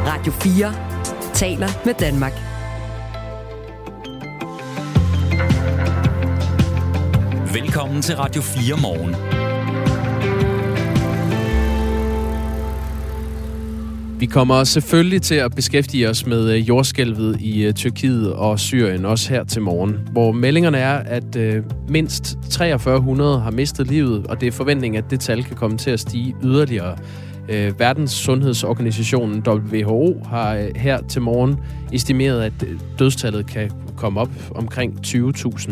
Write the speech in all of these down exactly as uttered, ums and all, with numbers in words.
Radio fire taler med Danmark. Velkommen til Radio fire Morgen. Vi kommer selvfølgelig til at beskæftige os med jordskælvet i Tyrkiet og Syrien, også her til morgen, hvor meldingerne er, at øh, mindst treogfyrre hundrede har mistet livet, og det er forventningen, at det tal kan komme til at stige yderligere. Øh, Verdens Sundhedsorganisationen W H O har øh, her til morgen estimeret, at dødstallet kan komme op omkring tyve tusind.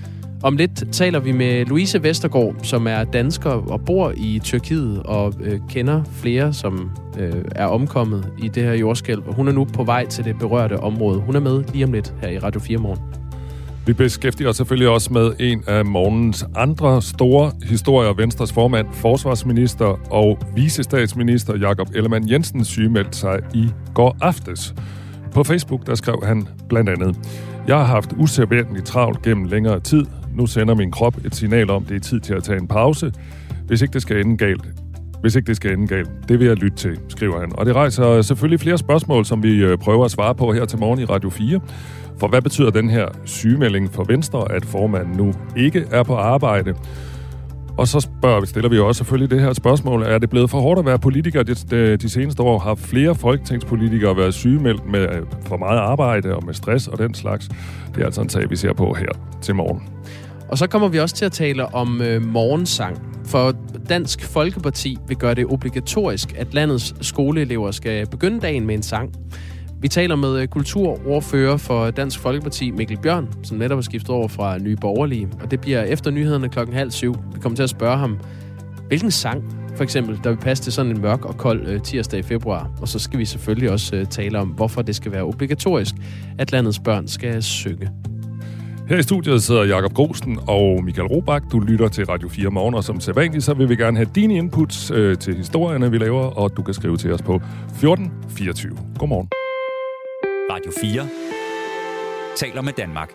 Om lidt taler vi med Louise Vestergaard, som er dansker og bor i Tyrkiet og øh, kender flere, som øh, er omkommet i det her jordskælv. Hun er nu på vej til det berørte område. Hun er med lige om lidt her i Radio fire Morgen. Vi beskæftiger os selvfølgelig også med en af morgens andre store historier. Venstres formand, forsvarsminister og vicestatsminister Jakob Ellemann-Jensen sygemeldte sig i går aftes. På Facebook der skrev han blandt andet: "Jeg har haft usædvanligt travlt gennem længere tid. Nu sender min krop et signal om, det er tid til at tage en pause. Hvis ikke det skal ende galt. Hvis ikke det skal ende galt. Det vil jeg lytte til", skriver han. Og det rejser selvfølgelig flere spørgsmål, som vi prøver at svare på her til morgen i Radio fire. For hvad betyder den her sygemelding for Venstre, at formanden nu ikke er på arbejde? Og så spørger, stiller vi jo også selvfølgelig det her spørgsmål: er det blevet for hårdt at være politiker? De, de, de seneste år har flere folketingspolitikere været sygemeldt med for meget arbejde og med stress og den slags. Det er altså en sag, vi ser på her til morgen. Og så kommer vi også til at tale om øh, morgensang. For Dansk Folkeparti vil gøre det obligatorisk, at landets skoleelever skal begynde dagen med en sang. Vi taler med kulturordfører for Dansk Folkeparti, Mikkel Bjørn, som netop har skiftet over fra Nye Borgerlige. Og det bliver efter nyhederne klokken halv syv. Vi kommer til at spørge ham, hvilken sang, for eksempel, der vil passe til sådan en mørk og kold øh, tirsdag i februar. Og så skal vi selvfølgelig også øh, tale om, hvorfor det skal være obligatorisk, at landets børn skal synge. Her i studiet sidder Jakob Grosten og Michael Robach. Du lytter til Radio fire Morgen, og som sædvanligt, så vil vi gerne have dine inputs øh, til historierne, vi laver, og du kan skrive til os på fjorten fireogtyve. Godmorgen. Radio fire taler med Danmark.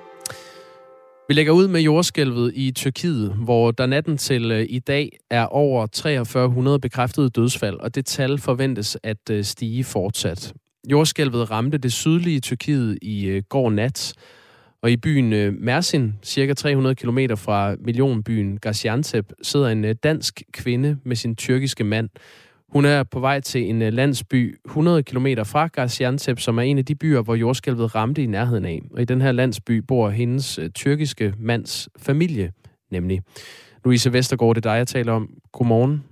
Vi lægger ud med jordskælvet i Tyrkiet, hvor der natten til øh, i dag er over treogfyrre hundrede bekræftede dødsfald, og det tal forventes at øh, stige fortsat. Jordskælvet ramte det sydlige Tyrkiet i øh, går nat, og i byen øh, Mersin, cirka tre hundrede kilometer fra millionbyen Gaziantep, sidder en øh, dansk kvinde med sin tyrkiske mand. Hun er på vej til en landsby hundrede kilometer fra Gaziantep, som er en af de byer, hvor jordskælvet ramte i nærheden af. Og i den her landsby bor hendes uh, tyrkiske mands familie, nemlig. Louise Vestergaard, det er dig, jeg taler om. Godmorgen.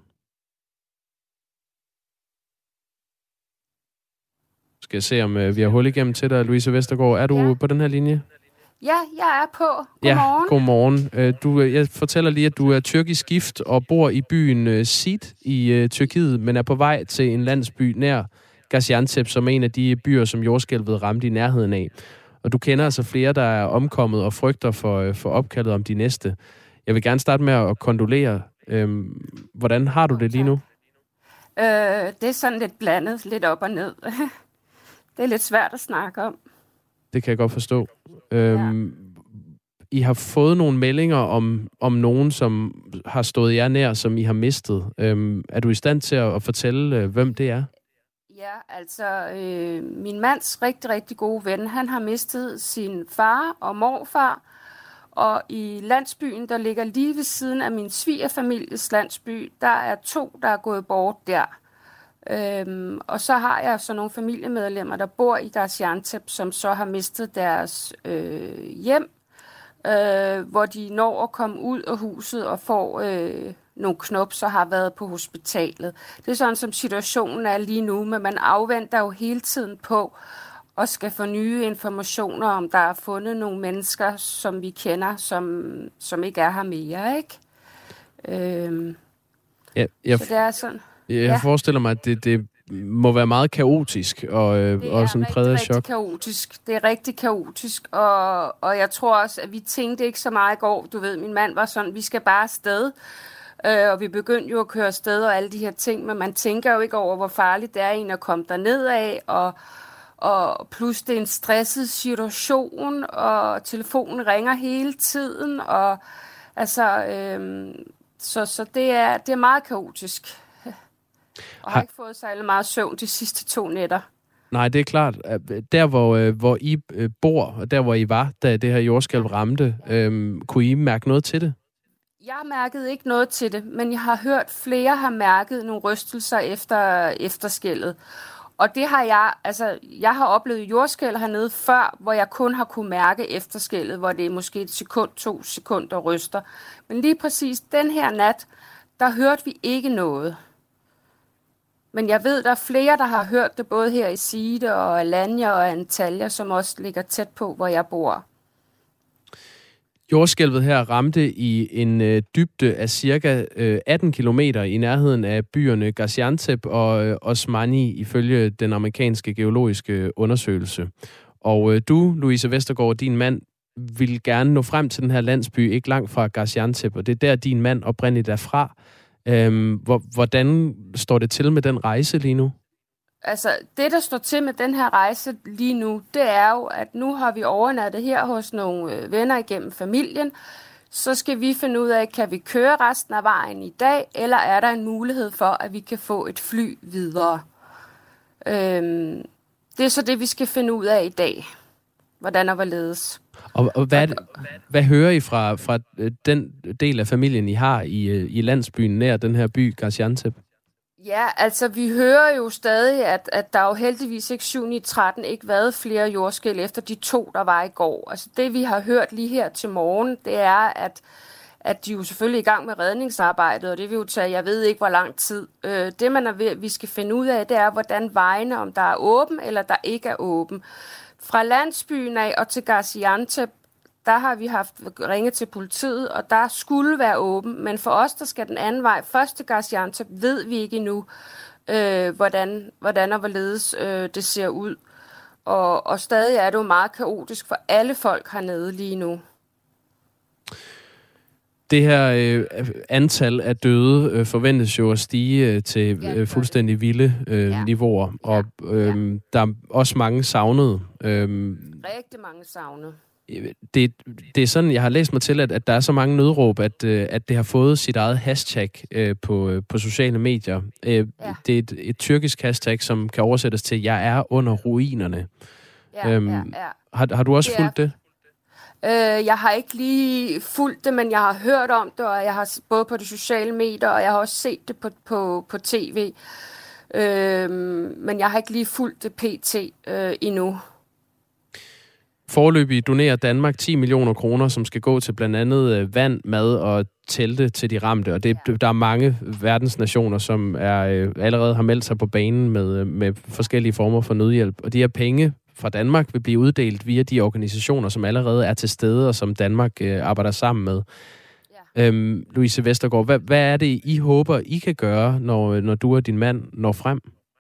Skal jeg se, om uh, vi har hul igennem til dig, Louise Vestergaard. Er du ja. på den her linje? Ja, jeg er på. Godmorgen. Ja, godmorgen. Du, jeg fortæller lige, at du er tyrkisk gift og bor i byen Sid i uh, Tyrkiet, men er på vej til en landsby nær Gaziantep, som er en af de byer, som jordskælvet ramte i nærheden af. Og du kender altså flere, der er omkommet og frygter for, for opkaldet om de næste. Jeg vil gerne starte med at kondolere. Øhm, hvordan har du det lige nu? Øh, det er sådan lidt blandet, lidt op og ned. Det er lidt svært at snakke om. Det kan jeg godt forstå. Øhm, ja. I har fået nogle meldinger om, om nogen, som har stået jer nær, som I har mistet. Øhm, er du i stand til at, at fortælle, øh, hvem det er? Ja, altså øh, min mands rigtig, rigtig gode ven, han har mistet sin far og morfar. Og i landsbyen, der ligger lige ved siden af min svigerfamilies landsby, der er to, der er gået bort der. Øhm, og så har jeg så nogle familiemedlemmer, der bor i Gaziantep, som så har mistet deres øh, hjem, øh, hvor de når at komme ud af huset og får øh, nogle knops og har været på hospitalet. Det er sådan, som situationen er lige nu, men man afventer jo hele tiden på og skal få nye informationer, om der er fundet nogle mennesker, som vi kender, som, som ikke er her mere, ikke? Øhm, ja, jeg så det er sådan... Jeg ja. forestiller mig, at det, det må være meget kaotisk og, øh, og sådan præget af chok. Det er rigtig kaotisk. Det er rigtig kaotisk, og, og jeg tror også, at vi tænkte ikke så meget i går. Du ved, min mand var sådan, vi skal bare afsted. Øh, og vi begyndte jo at køre afsted og alle de her ting, men man tænker jo ikke over, hvor farligt det er en at komme derned af, og, og plus det er en stresset situation, og telefonen ringer hele tiden, og altså, øh, så, så det er, det er meget kaotisk. Og har ikke fået særlig meget søvn de sidste to nætter. Nej, det er klart. Der, hvor, hvor I bor, og der, hvor I var, da det her jordskælv ramte, øhm, kunne I mærke noget til det? Jeg mærkede ikke noget til det, men jeg har hørt, flere har mærket nogle rystelser efter efterskælvet. Og det har jeg, altså, jeg har oplevet jordskælv hernede før, hvor jeg kun har kunne mærke efterskælvet, hvor det er måske et sekund, to sekunder ryster. Men lige præcis den her nat, der hørte vi ikke noget. Men jeg ved, der er flere, der har hørt det, både her i Side og Alanya og Antalya, som også ligger tæt på, hvor jeg bor. Jordskælvet her ramte i en øh, dybde af cirka øh, atten kilometer i nærheden af byerne Gaziantep og øh, Osmani, ifølge den amerikanske geologiske undersøgelse. Og øh, du, Louise Vestergaard, din mand, ville gerne nå frem til den her landsby, ikke langt fra Gaziantep, og det er der, din mand oprindeligt er fra. Øhm, hvordan står det til med den rejse lige nu? Altså, det, der står til med den her rejse lige nu, det er jo, at nu har vi overnattet her hos nogle øh, venner igennem familien. Så skal vi finde ud af, kan vi køre resten af vejen i dag, eller er der en mulighed for, at vi kan få et fly videre? Øhm, det er så det, vi skal finde ud af i dag. Hvordan og hvorledes. Og, og hvad, hvad hører I fra, fra den del af familien, I har i, i landsbyen nær den her by, Gaziantep? Ja, altså vi hører jo stadig, at, at der jo heldigvis ikke syv ni tretten ikke været flere jordskælv efter de to, der var i går. Altså det, vi har hørt lige her til morgen, det er, at, at de jo selvfølgelig er i gang med redningsarbejdet, og det vil jo tage, jeg ved ikke, hvor lang tid. Øh, det, man er ved, vi skal finde ud af, det er, hvordan vejene, om der er åben eller der ikke er åben. Fra landsbyen af og til Gaziantep, der har vi haft ringet til politiet, og der skulle være åben. Men for os, der skal den anden vej, først til Gaziantep, ved vi ikke endnu, øh, hvordan, hvordan og hvorledes øh, det ser ud. Og, og stadig er det jo meget kaotisk for alle folk hernede lige nu. Det her øh, antal af døde øh, forventes jo at stige øh, til øh, fuldstændig vilde øh, ja. niveauer, og øh, ja. der er også mange savnede. Øh, Rigtig mange savnede. Det, det er sådan, jeg har læst mig til, at, at der er så mange nødråb, at, at det har fået sit eget hashtag øh, på, på sociale medier. Øh, ja. Det er et, et tyrkisk hashtag, som kan oversættes til, jeg er under ruinerne. Ja, øhm, ja, ja. Har, har du også det fulgt det? Øh, jeg har ikke lige fulgt det, men jeg har hørt om det, og jeg har både på de sociale medier, og jeg har også set det på, på, på tv. Øh, men jeg har ikke lige fulgt det pt. Øh, endnu. Foreløbig donerer Danmark ti millioner kroner, som skal gå til blandt andet vand, mad og telte til de ramte. Og det, ja. der er mange verdensnationer, som er, allerede har meldt sig på banen med, med forskellige former for nødhjælp. Og de her penge fra Danmark vil blive uddelt via de organisationer, som allerede er til stede, og som Danmark øh, arbejder sammen med. Ja. Øhm, Louise Vestergaard, hvad, hvad er det, I håber, I kan gøre, når, når du og din mand når frem?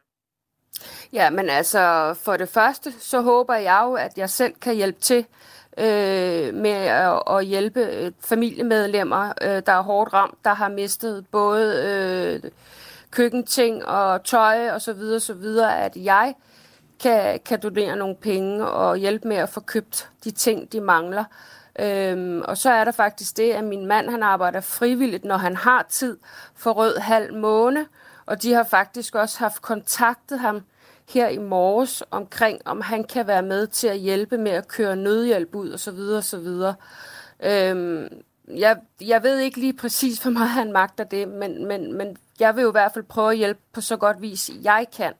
Ja, men altså, for det første, så håber jeg jo, at jeg selv kan hjælpe til øh, med at, at hjælpe familiemedlemmer, øh, der er hårdt ramt, der har mistet både øh, køkkenting og tøj og så videre, så videre, at jeg kan, kan donere nogle penge og hjælpe med at få købt de ting, de mangler. Øhm, og så er der faktisk det, at min mand, han arbejder frivilligt, når han har tid, for Rød Halv Måne, og de har faktisk også haft kontaktet ham her i morges omkring, om han kan være med til at hjælpe med at køre nødhjælp ud, og så videre, og så videre. Øhm, jeg, jeg ved ikke lige præcis, hvor meget han magter det, men, men, men jeg vil jo i hvert fald prøve at hjælpe på så godt vis, jeg kan,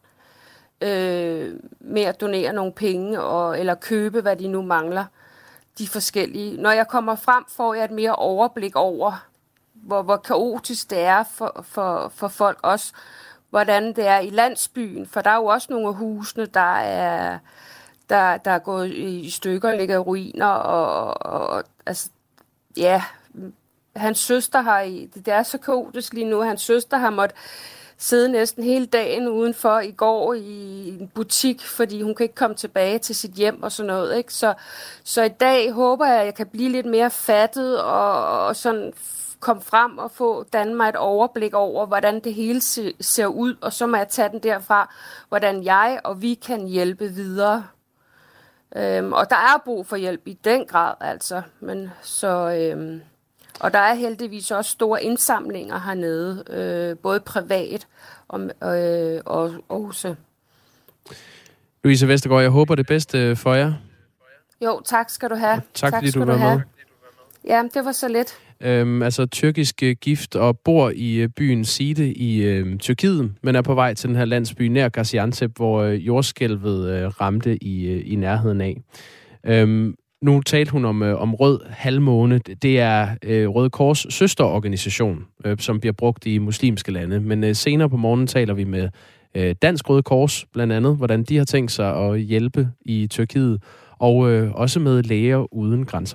øh, med at donere nogle penge, og, eller købe, hvad de nu mangler, de forskellige. Når jeg kommer frem, får jeg et mere overblik over, hvor, hvor kaotisk det er for, for, for folk også, hvordan det er i landsbyen, for der er jo også nogle af husene, der er, der, der er gået i stykker, ligger i ruiner, og, og, og altså, ja, hans søster har, det er så kaotisk lige nu, hans søster har måttet sidde næsten hele dagen udenfor i går i en butik, fordi hun kan ikke komme tilbage til sit hjem og sådan noget, ikke? Så, så i dag håber jeg, at jeg kan blive lidt mere fattet og, og sådan komme frem og få Danmark et overblik over, hvordan det hele se, ser ud, og så må jeg tage den derfra, hvordan jeg og vi kan hjælpe videre. Øhm, og der er brug for hjælp i den grad, altså. Men så, øhm, og der er heldigvis også store indsamlinger hernede, øh, både privat og, øh, og også. Louise Vestergaard, jeg håber det bedste for jer. Jo, tak skal du have. Tak, tak fordi du var med. Ja, det var så let. Øhm, altså tyrkisk gift og bor i byen Side i øh, Tyrkiet, men er på vej til den her landsby nær Gaziantep, hvor øh, jordskælvet øh, ramte i, øh, i nærheden af. Øhm, nu talte hun om, øh, om Rød Halvmåne. Det er øh, Røde Kors søsterorganisation, øh, som bliver brugt i muslimske lande. Men øh, senere på morgenen taler vi med øh, Dansk Røde Kors, blandt andet, hvordan de har tænkt sig at hjælpe i Tyrkiet, og øh, også med Læger Uden Grænser.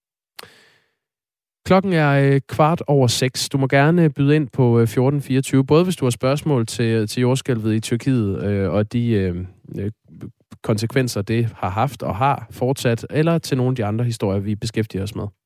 Klokken er kvart over seks. Du må gerne byde ind på fjorten fireogtyve, både hvis du har spørgsmål til, til jordskælvet i Tyrkiet øh, og de øh, konsekvenser, det har haft og har fortsat, eller til nogle af de andre historier, vi beskæftiger os med.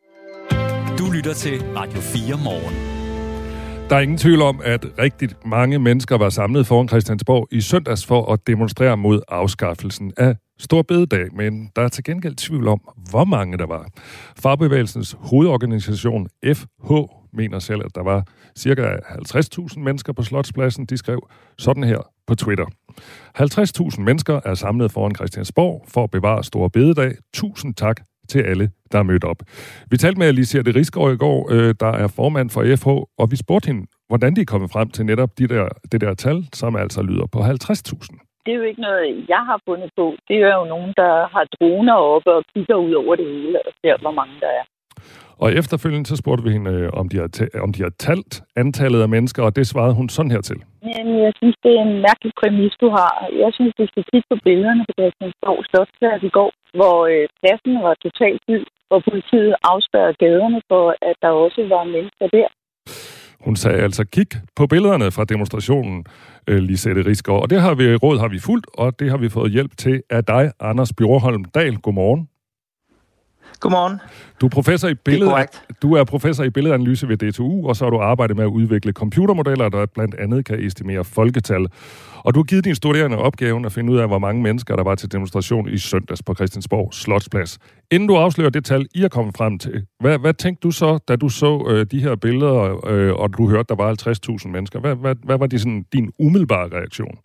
Du lytter til Radio fire Morgen. Der er ingen tvivl om, at rigtig mange mennesker var samlet foran Christiansborg i søndags for at demonstrere mod afskaffelsen af Store Bededag, men der er til gengæld tvivl om, hvor mange der var. Fagbevægelsens hovedorganisation F H mener selv, at der var ca. halvtreds tusind mennesker på Slotspladsen. De skrev sådan her på Twitter. halvtreds tusind mennesker er samlet foran Christiansborg for at bevare Store Bededag. Tusind tak til alle, der er mødt op. Vi talte med Alicia de Risgaard i går, der er formand for F H, og vi spurgte hende, hvordan de er kommet frem til netop de der, det der tal, som altså lyder på halvtreds tusind. Det er jo ikke noget, jeg har fundet på. Det er jo nogen, der har droner oppe og kigger ud over det hele og ser, hvor mange der er. Og efterfølgende så spurgte vi hende, om de har, t- om de har talt antallet af mennesker, og det svarede hun sådan her til. Jamen, jeg synes, det er en mærkelig præmis, du har. Jeg synes, du skal kigge på billederne på Christiansborg Slotsplads i går, hvor øh, pladsen var totalt fyldt, hvor politiet afspærrede gaderne for, at der også var mennesker der. Hun sagde altså, kig på billederne fra demonstrationen, øh, Lisette Risgaard. Og det har vi, råd har vi fulgt, og det har vi fået hjælp til af dig, Anders Bjorholm Dahl. Godmorgen. Godmorgen. Du er professor i billede, du er professor i billedanalyse ved D T U, og så har du arbejdet med at udvikle computermodeller, der blandt andet kan estimere folketal. Og du har givet dine studerende opgaven at finde ud af, hvor mange mennesker der var til demonstration i søndags på Christiansborg Slotsplads. Inden du afslører det tal, I er kommet frem til, hvad, hvad tænkte du så, da du så øh, de her billeder, øh, og du hørte, der var halvtreds tusind mennesker? Hvad, hvad, hvad var de sådan, din umiddelbare reaktion?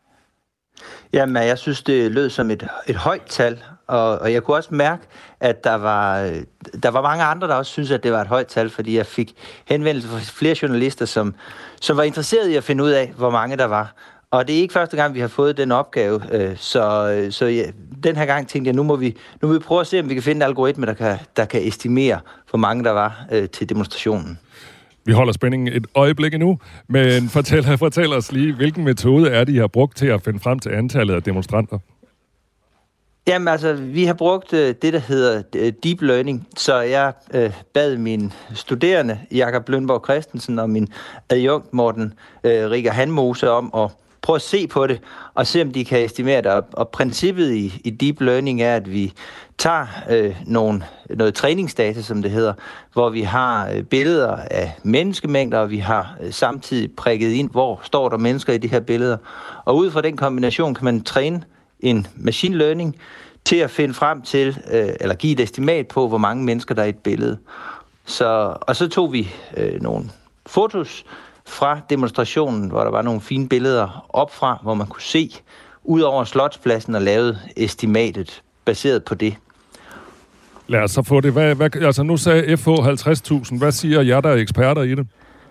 Jamen, jeg synes, det lød som et, et højt tal, og, og jeg kunne også mærke, at der var, der var mange andre, der også synes, at det var et højt tal, fordi jeg fik henvendelse fra flere journalister, som, som var interesserede i at finde ud af, hvor mange der var. Og det er ikke første gang, vi har fået den opgave, så, så ja, den her gang tænkte jeg, nu må, vi, nu må vi prøve at se, om vi kan finde en algoritme, der kan, der kan estimere, hvor mange der var øh, til demonstrationen. Vi holder spændingen et øjeblik endnu, men fortæl, fortæl os lige, hvilken metode er det, I har brugt til at finde frem til antallet af demonstranter? Jamen altså, vi har brugt øh, det, der hedder øh, deep learning, så jeg øh, bad min studerende, Jakob Lønborg Christensen, og min adjunkt Morten øh, Rikker Hanmose om at prøve at se på det, og se, om de kan estimere det. Og princippet i, i deep learning er, at vi tager øh, nogle, noget træningsdata, som det hedder, hvor vi har øh, billeder af menneskemængder, og vi har øh, samtidig prikket ind, hvor står der mennesker i de her billeder. Og ud fra den kombination kan man træne en machine learning til at finde frem til, øh, eller give et estimat på, hvor mange mennesker der er i et billede. Så, og så tog vi øh, nogle fotos fra demonstrationen, hvor der var nogle fine billeder opfra, hvor man kunne se ud over Slotspladsen og lavede estimatet baseret på det. Lad os så få det. Hvad, hvad, altså nu sagde F H halvtreds tusind. Hvad siger jer, der er eksperter i det?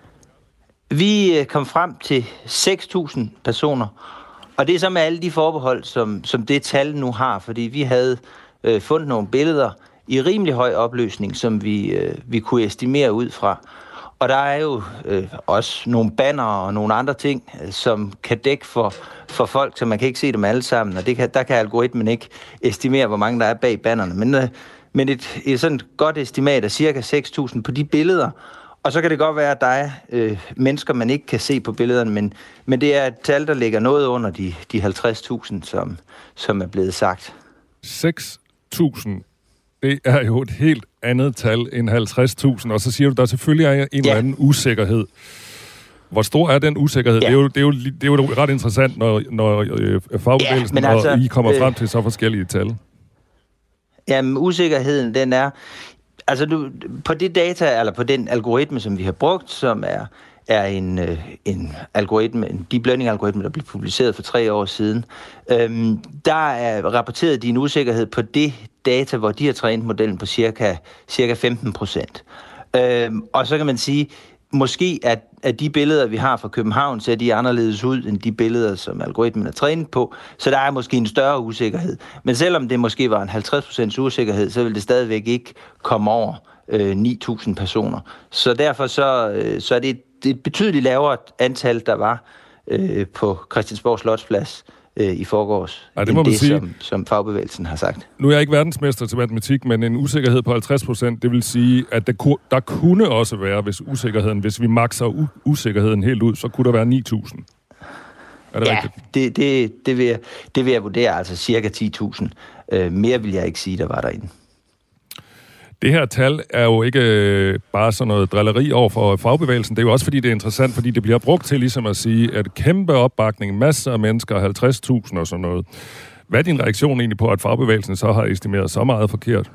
Vi kom frem til seks tusind personer, og det er så med alle de forbehold, som, som det tal nu har, fordi vi havde øh, fundet nogle billeder i rimelig høj opløsning, som vi, øh, vi kunne estimere ud fra. Og der er jo øh, også nogle banner og nogle andre ting, som kan dække for, for folk, så man kan ikke se dem alle sammen, og det kan, der kan algoritmen ikke estimere, hvor mange der er bag bannerne. Men, øh, men et, et sådan godt estimat af cirka seks tusind på de billeder, og så kan det godt være, at der er øh, mennesker, man ikke kan se på billederne, men, men det er et tal, der ligger noget under de, de halvtreds tusind, som, som er blevet sagt. seks tusind, det er jo et helt andet tal end halvtreds tusind, og så siger du, der selvfølgelig er en ja. eller anden usikkerhed. Hvor stor er den usikkerhed? Ja. Det, er jo, det, er jo, det er jo ret interessant, når, når øh, fagbevægelsen ja, altså, og I kommer øh, frem til så forskellige tal. Jamen, usikkerheden, den er... Altså, du, på det data, eller på den algoritme, som vi har brugt, som er, er en, øh, en algoritme, en deep learning-algoritme, der blev publiceret for tre år siden. Øhm, der er rapporteret din usikkerhed på det data, hvor de har trænet modellen på cirka, cirka femten procent. Øhm, og så kan man sige, måske at, at de billeder, vi har fra København, ser de anderledes ud end de billeder, som algoritmen er trænet på, så der er måske en større usikkerhed. Men selvom det måske var en halvtreds procent usikkerhed, så vil det stadigvæk ikke komme over øh, ni tusind personer. Så derfor så, øh, så er det et, et betydeligt lavere antal, der var øh, på Christiansborg Slotsplads øh, i forgårs, ja, det må end man det, sige. som, som fagbevægelsen har sagt. Nu er jeg ikke verdensmester til matematik, men en usikkerhed på halvtreds procent, det vil sige, at der, ku, der kunne også være, hvis usikkerheden, hvis vi makser u- usikkerheden helt ud, så kunne der være ni tusind. Er det ja, rigtigt? det, det, det, vil jeg, det vil jeg vurdere, altså cirka ti tusind. Øh, mere vil jeg ikke sige, der var derinde. Det her tal er jo ikke øh, bare sådan noget drilleri over for fagbevægelsen. Det er jo også, fordi det er interessant, fordi det bliver brugt til ligesom at sige, at kæmpe opbakning, masser af mennesker, halvtreds tusind og sådan noget. Hvad er din reaktion egentlig på, at fagbevægelsen så har estimeret så meget forkert?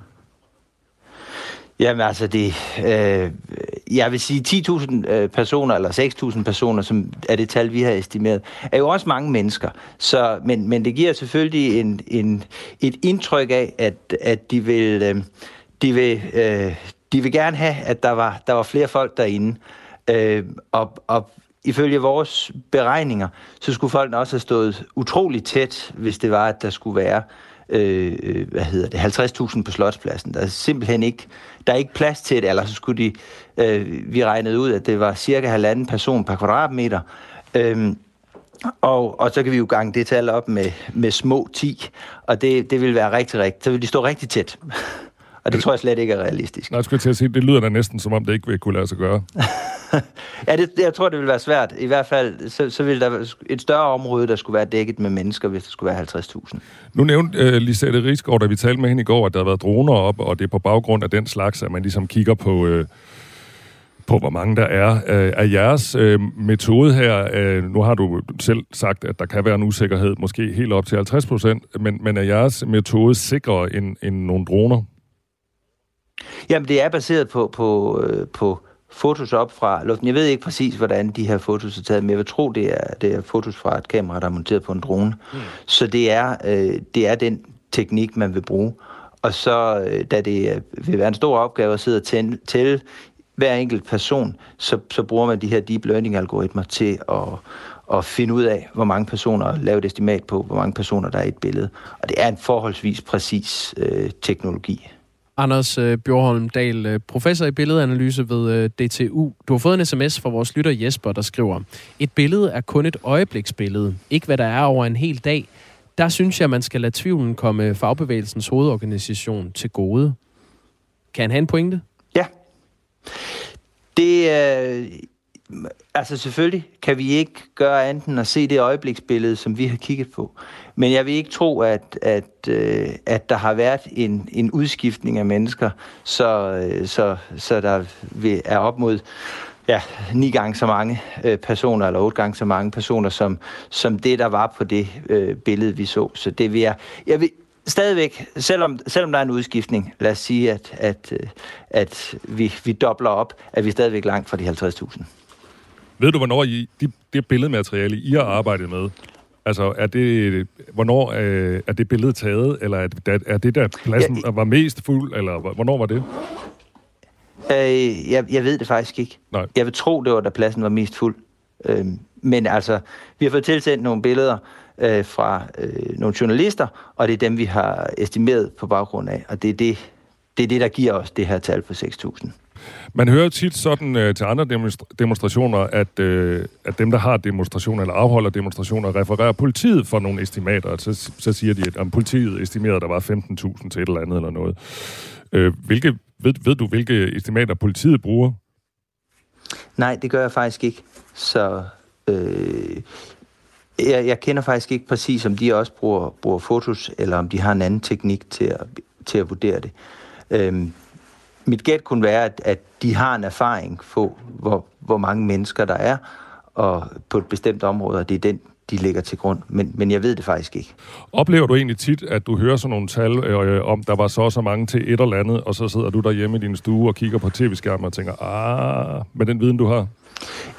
Jamen altså, det, øh, jeg vil sige ti tusind øh, personer, eller seks tusind personer, som er det tal, vi har estimeret, er jo også mange mennesker. Så, men, men det giver selvfølgelig en, en, et indtryk af, at, at de vil... Øh, De vil, øh, de vil gerne have, at der var, der var flere folk derinde. Øh, og, og ifølge vores beregninger, så skulle folkene også have stået utroligt tæt, hvis det var, at der skulle være øh, hvad hedder det, halvtreds tusind på Slotspladsen. Der er simpelthen ikke, der er ikke plads til det, eller så skulle de, øh, vi regnede ud, at det var cirka halvanden person per kvadratmeter. Øh, og, og så kan vi jo gange det tal op med, med små ti, og det, det vil være rigtig, rigtig, så vil de stå rigtig tæt. Og det tror jeg slet ikke er realistisk. Nej, jeg skulle til at sige, det lyder da næsten, som om det ikke vil kunne lade sig gøre. ja, det, jeg tror, det vil være svært. I hvert fald, så, så vil der være et større område, der skulle være dækket med mennesker, hvis der skulle være halvtreds tusind. Nu nævnte uh, Lisette Risgaard, da vi talte med hende i går, at der har været droner op, og det er på baggrund af den slags, at man ligesom kigger på, uh, på hvor mange der er. Uh, af jeres uh, metode her, uh, nu har du selv sagt, at der kan være en usikkerhed, måske helt op til halvtreds procent, men, men er jeres metode sikrere end, end nogle droner? Jamen, det er baseret på, på, øh, på fotos op fra luften. Jeg ved ikke præcis, hvordan de her fotos er taget, men jeg vil tro, det er, det er fotos fra et kamera, der er monteret på en drone. Mm. Så det er, øh, det er den teknik, man vil bruge. Og så, øh, da det vil være en stor opgave at sidde og tælle, tælle hver enkelt person, så, så bruger man de her deep learning-algoritmer til at, at finde ud af, hvor mange personer, lave et estimat på, hvor mange personer, der er i et billede. Og det er en forholdsvis præcis øh, teknologi. Anders øh, Bjørholm Dahl, øh, professor i billedanalyse ved øh, D T U. Du har fået en sms fra vores lytter Jesper, der skriver: et billede er kun et øjebliksbillede, ikke hvad der er over en hel dag. Der synes jeg, man skal lade tvivlen komme fagbevægelsens hovedorganisation til gode. Kan han have en pointe? Ja. Det er... Øh, altså selvfølgelig kan vi ikke gøre andet end at se det øjebliksbillede, som vi har kigget på. Men jeg vil ikke tro, at, at, øh, at der har været en, en udskiftning af mennesker, så, øh, så, så der er op mod ja, ni gange så mange øh, personer, eller otte gange så mange personer, som, som det, der var på det øh, billede, vi så. Så det vil jeg... jeg vil, stadigvæk, selvom, selvom der er en udskiftning, lad os sige, at, at, at vi, vi dobler op, at vi stadigvæk langt fra de halvtreds tusind. Ved du, hvornår I, de, det billedmateriale, I har arbejdet med, altså er det, hvornår øh, er det billede taget, eller er det, er det der pladsen ja, var mest fuld, eller hvornår var det? Øh, jeg, jeg ved det faktisk ikke. Nej. Jeg vil tro, det var, da pladsen var mest fuld. Øh, men altså, vi har fået tilsendt nogle billeder øh, fra øh, nogle journalister, og det er dem, vi har estimeret på baggrund af, og det er det, det, er det der giver os det her tal på seks tusind. Man hører tit sådan øh, til andre demonstra- demonstrationer, at, øh, at dem, der har demonstrationer eller afholder demonstrationer, refererer politiet for nogle estimater. Så, så siger de, at om politiet estimerede, at der var femten tusind til et eller andet eller noget. Øh, hvilke, ved, ved du, hvilke estimater politiet bruger? Nej, det gør jeg faktisk ikke. Så øh, jeg, jeg kender faktisk ikke præcis, om de også bruger, bruger fotos, eller om de har en anden teknik til at, til at vurdere det. Øh, Mit gæt kunne være, at, at de har en erfaring på, hvor, hvor mange mennesker der er, og på et bestemt område, og det er den, de lægger til grund. Men, men jeg ved det faktisk ikke. Oplever du egentlig tit, at du hører sådan nogle tal øh, om, der var så og så mange til et eller andet, og så sidder du derhjemme i din stue og kigger på tv-skærmen og tænker, ah, med den viden, du har?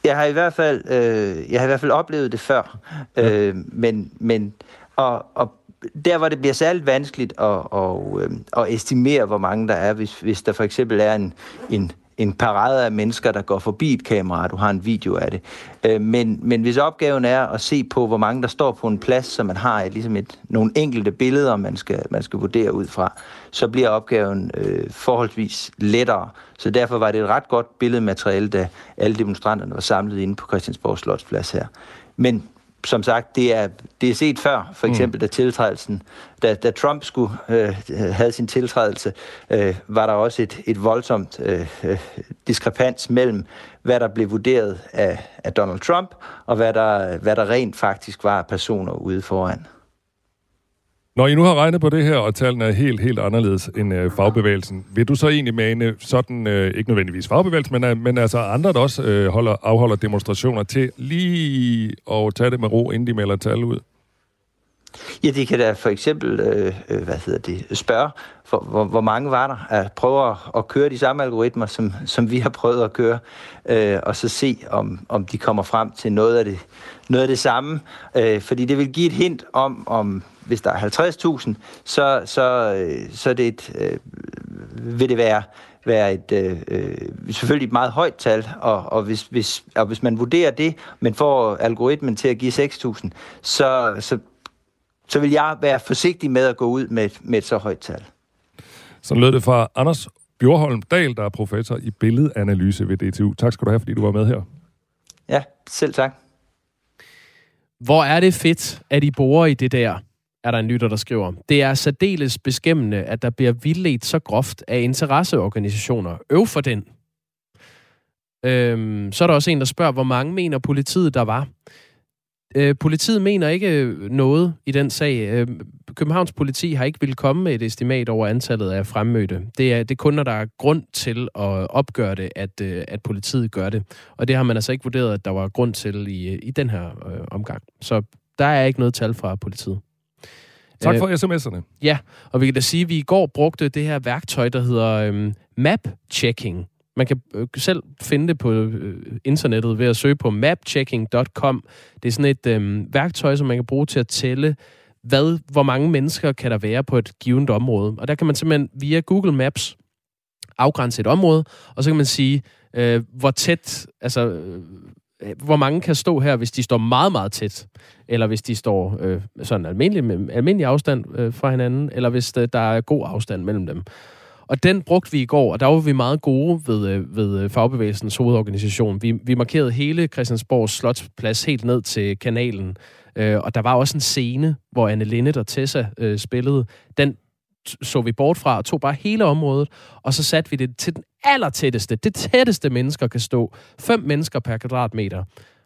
Jeg har i hvert fald, øh, jeg har i hvert fald oplevet det før, ja. øh, men, men og, og der, hvor det bliver særligt vanskeligt at, og, øh, at estimere, hvor mange der er, hvis, hvis der for eksempel er en, en, en parade af mennesker, der går forbi et kamera, og du har en video af det. Øh, men, men hvis opgaven er at se på, hvor mange der står på en plads, så man har et, ligesom et, nogle enkelte billeder, man skal, man skal vurdere ud fra, så bliver opgaven øh, forholdsvis lettere. Så derfor var det et ret godt billedmateriale, da alle demonstranterne var samlet inde på Christiansborg Slotsplads her. Men som sagt, det er, det er set før, for eksempel da tiltrædelsen, da, da Trump skulle øh, havde sin tiltrædelse, øh, var der også et, et voldsomt øh, diskrepans mellem, hvad der blev vurderet af, af Donald Trump, og hvad der, hvad der rent faktisk var personer ude foran. Når I nu har regnet på det her, og tallene er helt, helt anderledes end øh, fagbevægelsen, vil du så egentlig mane sådan, øh, ikke nødvendigvis fagbevægelsen, men, øh, men altså andre, der også øh, holder, afholder demonstrationer til lige at tage det med ro, inden de melder tal ud? Ja, de kan da for eksempel, øh, hvad hedder det, spørge, for, hvor, hvor mange var der, at prøve at, at køre de samme algoritmer, som, som vi har prøvet at køre, øh, og så se, om, om de kommer frem til noget af det, noget af det samme. Øh, fordi det vil give et hint om, om hvis der er halvtreds tusind, så, så, øh, så er det et, øh, vil det være, være et øh, selvfølgelig et meget højt tal, og, og, hvis, hvis, og hvis man vurderer det, men får algoritmen til at give seks tusind, så, så så vil jeg være forsigtig med at gå ud med, med et så højt tal. Så lød det fra Anders Bjørholm Dahl, der er professor i billedanalyse ved D T U. Tak skal du have, fordi du var med her. Ja, selv tak. Hvor er det fedt, at I borer i det der, er der en lytter, der skriver. Det er særdeles beskæmmende, at der bliver vildledt så groft af interesseorganisationer. Øv for den. Øhm, så er der også en, der spørger, hvor mange mener politiet, der var. Øh, politiet mener ikke noget i den sag. Øh, Københavns politi har ikke ville komme med et estimat over antallet af fremmødte. Det er, det er kun, når der er grund til at opgøre det, at, øh, at politiet gør det. Og det har man altså ikke vurderet, at der var grund til i, i den her øh, omgang. Så der er ikke noget tal fra politiet. Tak for øh, sms'erne. Ja, og vi kan da sige, at vi i går brugte det her værktøj, der hedder øh, map-checking. Man kan øh, selv finde det på øh, internettet ved at søge på map checking punktum com. Det er sådan et øh, værktøj, som man kan bruge til at tælle, hvad, hvor mange mennesker kan der være på et givet område. Og der kan man simpelthen via Google Maps afgrænse et område, og så kan man sige, øh, hvor tæt, altså øh, hvor mange kan stå her, hvis de står meget, meget tæt, eller hvis de står øh, sådan almindelig, med almindelig afstand øh, fra hinanden, eller hvis der er god afstand mellem dem. Og den brugte vi i går, og der var vi meget gode ved, ved Fagbevægelsens hovedorganisation. Vi, vi markerede hele Christiansborgs Slotsplads helt ned til kanalen, øh, og der var også en scene, hvor Anne Linnet og Tessa øh, spillede. Den så vi bort fra og tog bare hele området, og så satte vi det til den allertætteste, det tætteste mennesker kan stå. Fem mennesker per kvadratmeter.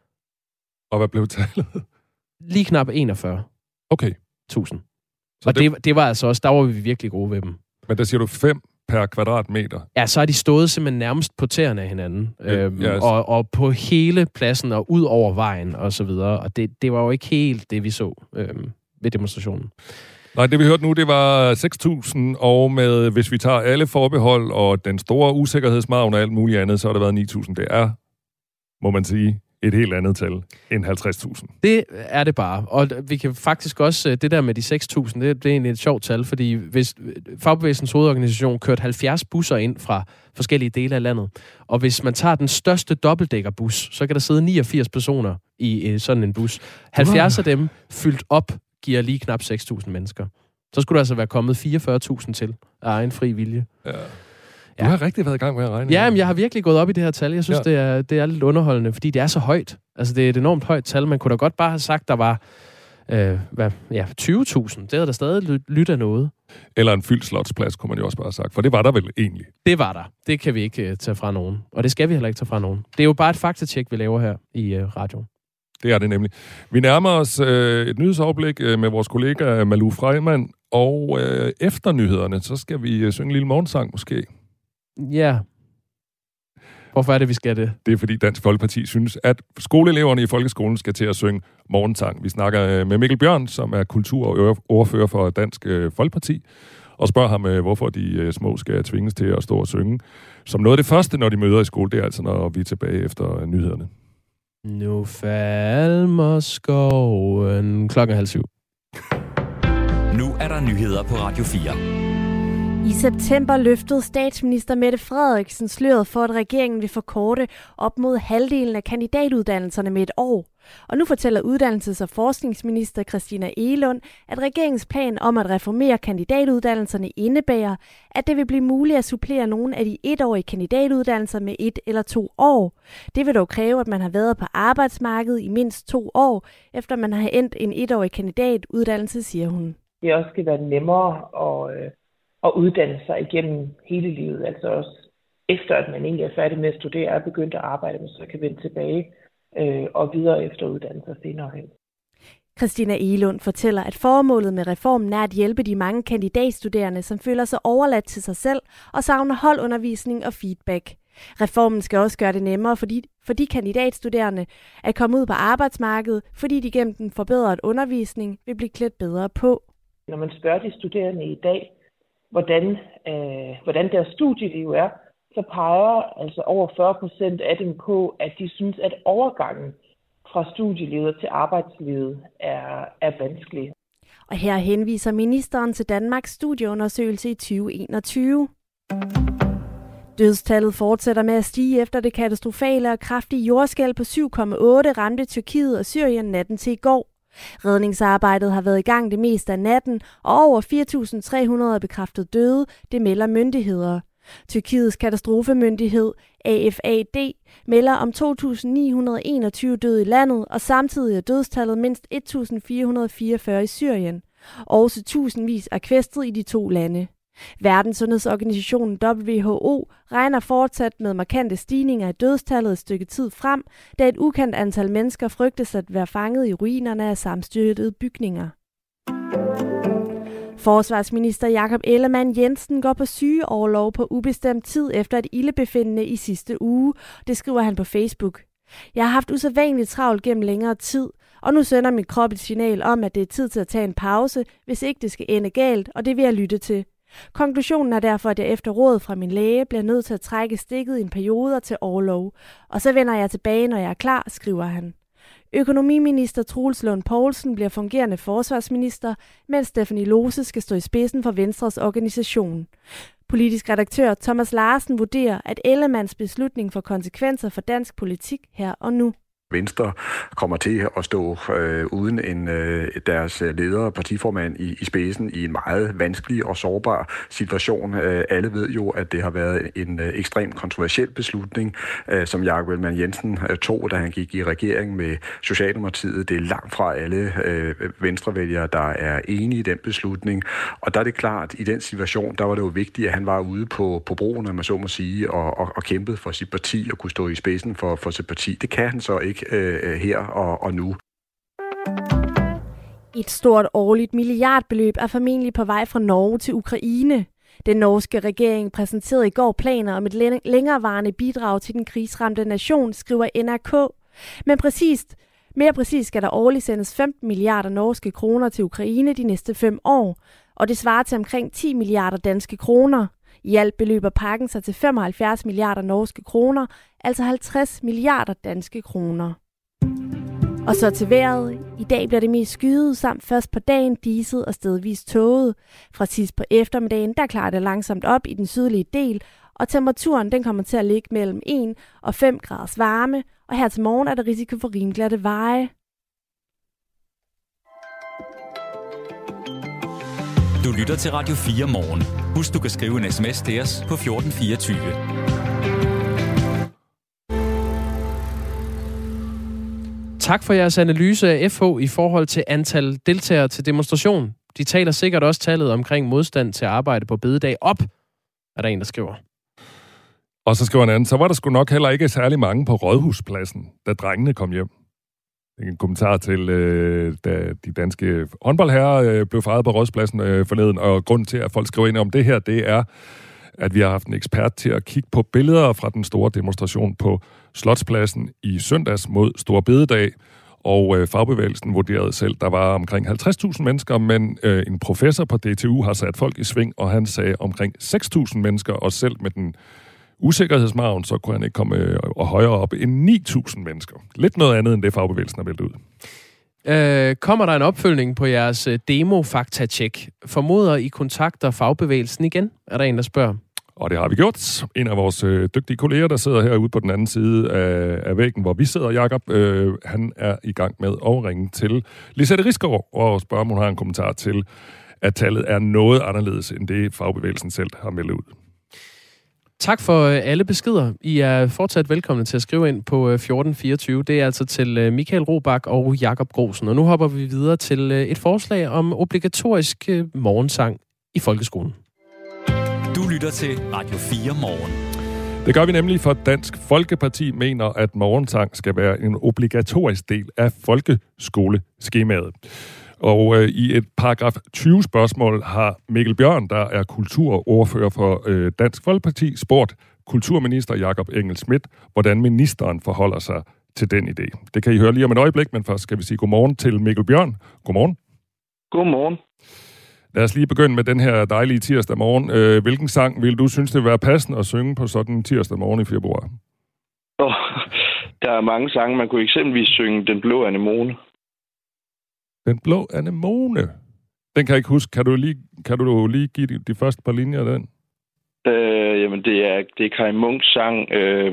Og hvad blev tallet? Lige knap enogfyrre. Okay. Tusind. Og det... Det, det var altså også, der var vi virkelig gode ved dem. Men der siger du fem per kvadratmeter? Ja, så er de stået simpelthen nærmest på tæerne af hinanden. Ja, øhm, yes. og, og på hele pladsen og ud over vejen og så videre. Og det, det var jo ikke helt det, vi så øhm, ved demonstrationen. Nej, det vi hørte nu, det var seks tusind, og med, hvis vi tager alle forbehold og den store usikkerhedsmargen og alt muligt andet, så har det været ni tusind. Det er, må man sige, et helt andet tal end halvtreds tusind. Det er det bare. Og vi kan faktisk også, det der med de seks tusind, det, det er egentlig et sjovt tal, fordi hvis Fagbevægelsens hovedorganisation kørte halvfjerds busser ind fra forskellige dele af landet, og hvis man tager den største dobbeltdækkerbus, så kan der sidde niogfirs personer i sådan en bus. halvfjerds af dem fyldt op giver lige knap seks tusind mennesker. Så skulle der altså være kommet fireogfyrre tusind til af egen fri vilje. Ja. Du har rigtig været i gang med at regne. Ja, men jeg har virkelig gået op i det her tal. Jeg synes, ja. det, er, det er lidt underholdende, fordi det er så højt. Altså, det er et enormt højt tal. Man kunne da godt bare have sagt, der var øh, hvad, ja, tyve tusind. Det havde der stadig lyttet af noget. Eller en fyldt slotsplads, kunne man jo også bare have sagt. For det var der vel egentlig. Det var der. Det kan vi ikke uh, tage fra nogen. Og det skal vi heller ikke tage fra nogen. Det er jo bare et faktatjek, vi laver her i uh, radioen. Det er det nemlig. Vi nærmer os øh, et nyhedsoverblik øh, med vores kollega Malou Freimann. Og øh, efter nyhederne, så skal vi øh, synge en lille morgensang måske. Ja. Hvorfor er det, vi skal det? Det er, fordi Dansk Folkeparti synes, at skoleeleverne i folkeskolen skal til at synge morgensang. Vi snakker med Mikkel Bjørn, som er kulturordfører for Dansk Folkeparti, og spørger ham, hvorfor de små skal tvinges til at stå og synge. Som noget af det første, når de møder i skole, det er altså, når vi er tilbage efter nyhederne. Nu falmer skoven. Klokken er halv syv. Nu er der nyheder på Radio fire. I september løftede statsminister Mette Frederiksen sløret for, at regeringen vil forkorte op mod halvdelen af kandidatuddannelserne med et år. Og nu fortæller uddannelses- og forskningsminister Christina Egelund, at regeringens plan om at reformere kandidatuddannelserne indebærer, at det vil blive muligt at supplere nogle af de etårige kandidatuddannelser med et eller to år. Det vil dog kræve, at man har været på arbejdsmarkedet i mindst to år, efter man har endt en etårig kandidatuddannelse, siger hun. Det også skal være nemmere at, øh, at uddanne sig igennem hele livet, altså også efter at man egentlig er færdig med at studere og er begyndt at arbejde, men så kan vende tilbage øh, og videre efter uddannelser senere hen. Christina Egelund fortæller, at formålet med reformen er at hjælpe de mange kandidatstuderende, som føler sig overladt til sig selv og savner holdundervisning og feedback. Reformen skal også gøre det nemmere for de, for de kandidatstuderende at komme ud på arbejdsmarkedet, fordi de gennem den forbedrede undervisning vil blive klædt bedre på. Når man spørger de studerende i dag, hvordan, øh, hvordan deres studieliv er, så peger altså over fyrre procent af dem på, at de synes, at overgangen fra studielivet til arbejdslivet er, er vanskelig. Og her henviser ministeren til Danmarks studieundersøgelse i tyve enogtyve. Dødstallet fortsætter med at stige efter det katastrofale og kraftige jordskælv på syv komma otte ramte Tyrkiet og Syrien natten til i går. Redningsarbejdet har været i gang det meste af natten, og over fire tusind tre hundrede er bekræftet døde, det melder myndigheder. Tyrkiets katastrofemyndighed, A F A D, melder om to tusind ni hundrede enogtyve døde i landet, og samtidig er dødstallet mindst et tusind fire hundrede fireogfyrre i Syrien. Også tusindvis er kvæstet i de to lande. Verdenssundhedsorganisationen W H O regner fortsat med markante stigninger i dødstallet et stykke tid frem, da et ukendt antal mennesker frygtes at være fanget i ruinerne af sammenstyrtede bygninger. Forsvarsminister Jakob Ellemann-Jensen går på sygeorlov på ubestemt tid efter et ildebefindende i sidste uge. Det skriver han på Facebook. Jeg har haft usædvanligt travlt gennem længere tid, og nu sender min krop et signal om, at det er tid til at tage en pause, hvis ikke det skal ende galt, og det vil jeg lytte til. Konklusionen er derfor, at jeg efter råd fra min læge bliver nødt til at trække stikket i en periode til orlov, og så vender jeg tilbage, når jeg er klar, skriver han. Økonomiminister Troels Lund Poulsen bliver fungerende forsvarsminister, mens Stephanie Lose skal stå i spidsen for Venstres organisation. Politisk redaktør Thomas Larsen vurderer, at Ellemanns beslutning får konsekvenser for dansk politik her og nu. Venstre kommer til at stå øh, uden en øh, deres leder og partiformand i, i spidsen i en meget vanskelig og sårbar situation. Øh, alle ved jo, at det har været en øh, ekstremt kontroversiel beslutning, øh, som Jakob Ellemann-Jensen øh, tog, da han gik i regering med Socialdemokratiet. Det er langt fra alle øh, venstrevælgere, der er enige i den beslutning. Og der er det klart, at i den situation, der var det jo vigtigt, at han var ude på, på broen, man så må sige, og, og, og kæmpede for sit parti og kunne stå i spidsen for, for sit parti. Det kan han så ikke her og, og nu. Et stort årligt milliardbeløb er formentlig på vej fra Norge til Ukraine. Den norske regering præsenterede i går planer om et længerevarende bidrag til den krigsramte nation, skriver N R K. Men præcist, mere præcist skal der årligt sendes femten milliarder norske kroner til Ukraine de næste fem år, og det svarer til omkring ti milliarder danske kroner. I alt beløber pakken sig til femoghalvfjerds milliarder norske kroner, altså halvtreds milliarder danske kroner. Og så til vejret. I dag bliver det mest skyet, samt først på dagen diset og stedvis tåget. Fra sidst på eftermiddagen, der klarer det langsomt op i den sydlige del, og temperaturen den kommer til at ligge mellem en og fem graders varme, og her til morgen er der risiko for rimglatte veje. Du lytter til Radio fire morgen. Husk, du kan skrive en sms til os på fjorten fireogtyve. Tak for jeres analyse af F H i forhold til antal deltagere til demonstration. De taler sikkert også tallet omkring modstand til at arbejde på bededag op, er der en, der skriver. Og så skriver en anden, så var der sgu nok heller ikke særlig mange på Rådhuspladsen, da drengene kom hjem. En kommentar til, øh, da de danske håndboldherrer øh, blev fejret på Rådhuspladsen øh, forleden, og grund til, at folk skriver ind om det her, det er, at vi har haft en ekspert til at kigge på billeder fra den store demonstration på Slotspladsen i søndags mod Store Bededag, og øh, fagbevægelsen vurderede selv, der var omkring halvtreds tusind mennesker, men øh, en professor på D T U har sat folk i sving, og han sagde omkring seks tusind mennesker, og selv med den usikkerhedsmargen, så kunne han ikke komme øh, og højere op end ni tusind mennesker. Lidt noget andet end det, fagbevægelsen har meldt ud. Øh, kommer der en opfølgning på jeres demo-faktatjek? Formoder I kontakter fagbevægelsen igen? Er der en, der spørger? Og det har vi gjort. En af vores øh, dygtige kolleger, der sidder herude på den anden side af, af væggen, hvor vi sidder, Jakob, øh, han er i gang med at ringe til Lisette Risgaard og spørge, om hun har en kommentar til, at tallet er noget anderledes end det, fagbevægelsen selv har meldt ud. Tak for alle beskeder. I er fortsat velkomne til at skrive ind på fjorten fireogtyve. Det er altså til Michael Robach og Jakob Grosen. Og nu hopper vi videre til et forslag om obligatorisk morgensang i folkeskolen. Du lytter til Radio fire Morgen. Det gør vi nemlig, for Dansk Folkeparti mener, at morgensang skal være en obligatorisk del af folkeskoleskemaet. Og øh, i et paragraf tyve spørgsmål har Mikkel Bjørn, der er kulturordfører for øh, Dansk Folkeparti, spurgt kulturminister Jakob Engel-Schmidt, hvordan ministeren forholder sig til den idé. Det kan I høre lige om et øjeblik, men først skal vi sige godmorgen til Mikkel Bjørn. Godmorgen. Godmorgen. Lad os lige begynde med den her dejlige tirsdag morgen. Øh, hvilken sang vil du synes, det vil være passende at synge på sådan en tirsdag morgen i februar? Oh, der er mange sange. Man kunne eksempelvis synge Den Blå Anemone. Den Blå Anemone. Den kan jeg ikke huske. Kan du lige, kan du lige give de, de første par linjer af den? Øh, jamen, det er, det er Kai Munks sang. Øh,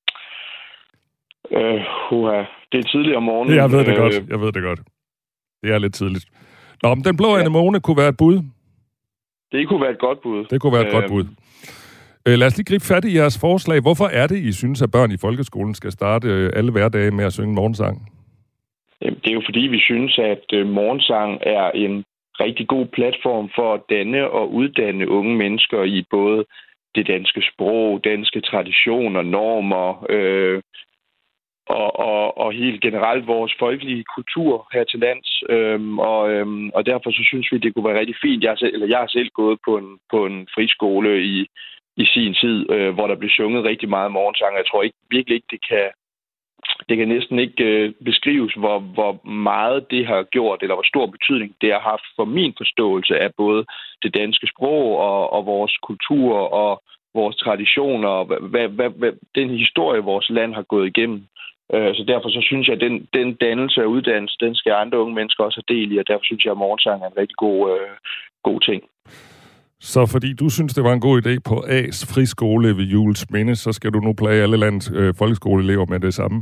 øh, uh, det er tidligt om morgenen. Jeg ved det øh, godt. Jeg ved det godt. Det er lidt tidligt. Nå, men Den Blå ja. Anemone kunne være et bud. Det kunne være et godt bud. Det kunne være et øh, godt bud. Øh, lad os lige gribe fat i jeres forslag. Hvorfor er det, I synes, at børn i folkeskolen skal starte alle hverdage med at synge morgensang? Det er jo fordi, vi synes, at morgensang er en rigtig god platform for at danne og uddanne unge mennesker i både det danske sprog, danske traditioner, normer øh, og, og, og helt generelt vores folkelige kultur her til lands. Øhm, og, øhm, og derfor så synes vi, det kunne være rigtig fint. Jeg, selv, eller jeg har selv gået på en, på en friskole i, i sin tid, øh, hvor der blev sunget rigtig meget morgensang. Jeg tror ikke, virkelig ikke, det kan... Det kan næsten ikke øh, beskrives, hvor, hvor meget det har gjort, eller hvor stor betydning det har haft for min forståelse af både det danske sprog og, og vores kultur og vores traditioner, og hvad, hvad, hvad, den historie, vores land har gået igennem. Øh, så derfor så synes jeg, at den, den dannelse og uddannelse, den skal andre unge mennesker også have del i, og derfor synes jeg, at morgensang er en rigtig god, øh, god ting. Så fordi du synes, det var en god idé på A's friskole ved Juelsminde, så skal du nu plage alle landets øh, folkeskoleelever med det samme?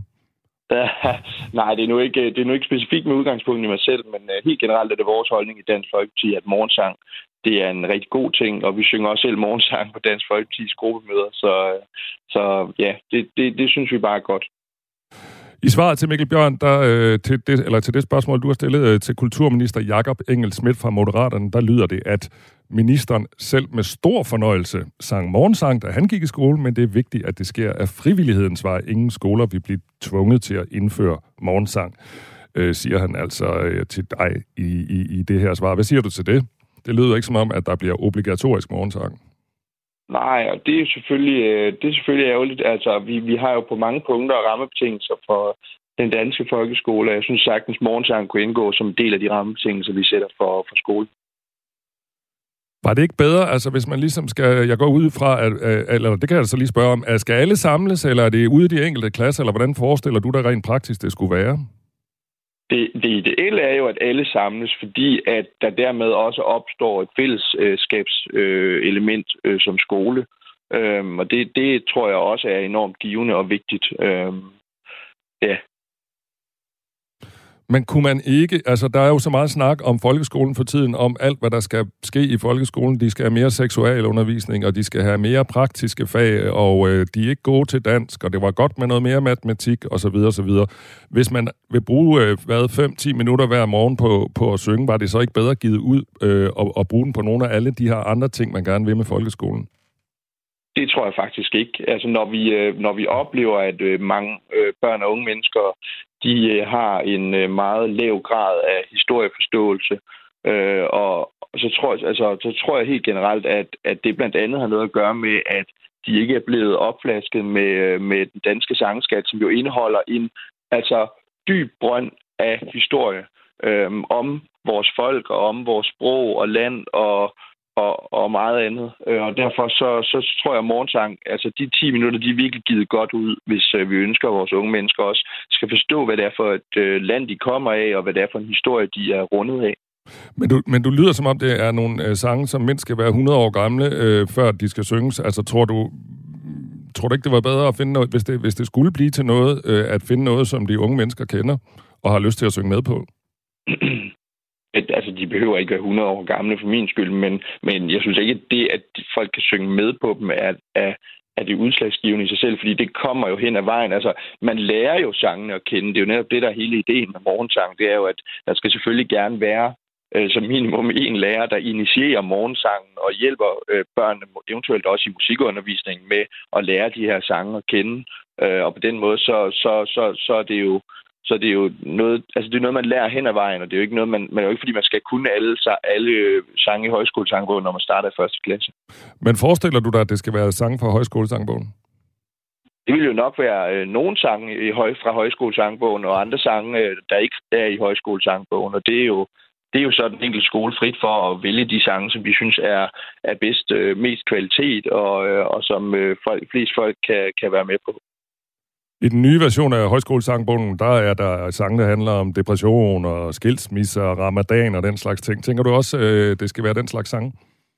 Nej, det er, nu ikke, det er nu ikke specifikt med udgangspunkt i mig selv, men uh, helt generelt er det vores holdning i Dansk Folkeparti, at morgensang, det er en rigtig god ting, og vi synger også selv morgensang på Dansk Folkepartis gruppemøder, så, så ja, det, det, det synes vi bare er godt. I svaret til Mikkel Bjørn, der, øh, til, det, eller til det spørgsmål, du har stillet øh, til kulturminister Jakob Engel-Schmidt fra Moderaterne, der lyder det, at ministeren selv med stor fornøjelse sang morgensang, da han gik i skole, men det er vigtigt, at det sker af frivillighedens vej. Ingen skoler vil blive tvunget til at indføre morgensang, øh, siger han altså øh, til dig i, i, i det her svar. Hvad siger du til det? Det lyder ikke som om, at der bliver obligatorisk morgensang. Nej, og det er selvfølgelig, det er selvfølgelig ærgerligt. Altså, vi, vi har jo på mange punkter rammebetingelser for den danske folkeskole. Jeg synes sagtens, morgensang kunne indgå som en del af de rammebetingelser, vi sætter for, for skole. Var det ikke bedre, altså hvis man ligesom skal, jeg går ud fra, at, eller det kan jeg så lige spørge om, skal alle samles, eller er det ude i de enkelte klasser, eller hvordan forestiller du dig rent praktisk, det skulle være? Det, det ideelle er jo, at alle samles, fordi at der dermed også opstår et fællesskabselement øh, øh, som skole. Øhm, og det, det tror jeg også er enormt givende og vigtigt. Øhm, ja. Men kunne man ikke, altså der er jo så meget snak om folkeskolen for tiden, om alt, hvad der skal ske i folkeskolen. De skal have mere seksualundervisning, og de skal have mere praktiske fag, og øh, de er ikke gode til dansk, og det var godt med noget mere matematik, osv. osv. Hvis man vil bruge øh, hvad, fem til ti minutter hver morgen på, på at synge, var det så ikke bedre givet ud øh, og, og bruge den på nogle af alle de her andre ting, man gerne vil med folkeskolen? Det tror jeg faktisk ikke. Altså når vi, øh, når vi oplever, at øh, mange øh, børn og unge mennesker de øh, har en øh, meget lav grad af historieforståelse. Øh, og så tror, jeg, altså, så tror jeg helt generelt, at, at det blandt andet har noget at gøre med, at de ikke er blevet opflasket med, med den danske sangskat, som jo indeholder en altså, dyb brønd af historie øh, om vores folk og om vores sprog og land og, og, og meget andet. Og derfor så, så tror jeg, at morgensang, altså de ti minutter, de er virkelig givet godt ud, hvis vi ønsker, at vores unge mennesker også skal forstå, hvad det er for et land, de kommer af, og hvad det er for en historie, de er rundet af. Men du, men du lyder som om, det er nogle øh, sange, som mindst skal være hundrede år gamle, øh, før de skal synges. Altså, tror du, tror du ikke, det var bedre at finde noget, hvis det, hvis det skulle blive til noget, øh, at finde noget, som de unge mennesker kender, og har lyst til at synge med på? Altså, de behøver ikke være hundrede år gamle for min skyld, men, men jeg synes ikke, at det, at folk kan synge med på dem, er, er, er det udslagsgivende i sig selv, fordi det kommer jo hen ad vejen. Altså, man lærer jo sangene at kende. Det er jo netop det, der er hele ideen med morgensang. Det er jo, at der skal selvfølgelig gerne være øh, som minimum en lærer, der initierer morgensangen og hjælper øh, børnene, eventuelt også i musikundervisningen, med at lære de her sange at kende. Øh, og på den måde, så, så, så, så er det jo Så det er jo noget, altså det er noget, man lærer hen ad vejen, og det er jo ikke noget, man, man er jo ikke, fordi man skal kunne alle, alle sange i højskolesangbogen, når man starter i første klasse. Men forestiller du dig, at det skal være sange fra højskolesangbogen? Det vil jo nok være øh, nogle sange i høj, fra højskolesangbogen, og andre sange, øh, der ikke er i højskolesangbogen, og det er jo, det er jo så den enkelte skole frit for at vælge de sange, som vi synes er, er bedst, øh, mest kvalitet, og, øh, og som øh, folk, flest folk kan, kan være med på. I den nye version af højskolesangbogen, der er der sange, der handler om depression og skilsmisser og ramadan og den slags ting. Tænker du også, øh, det skal være den slags sange?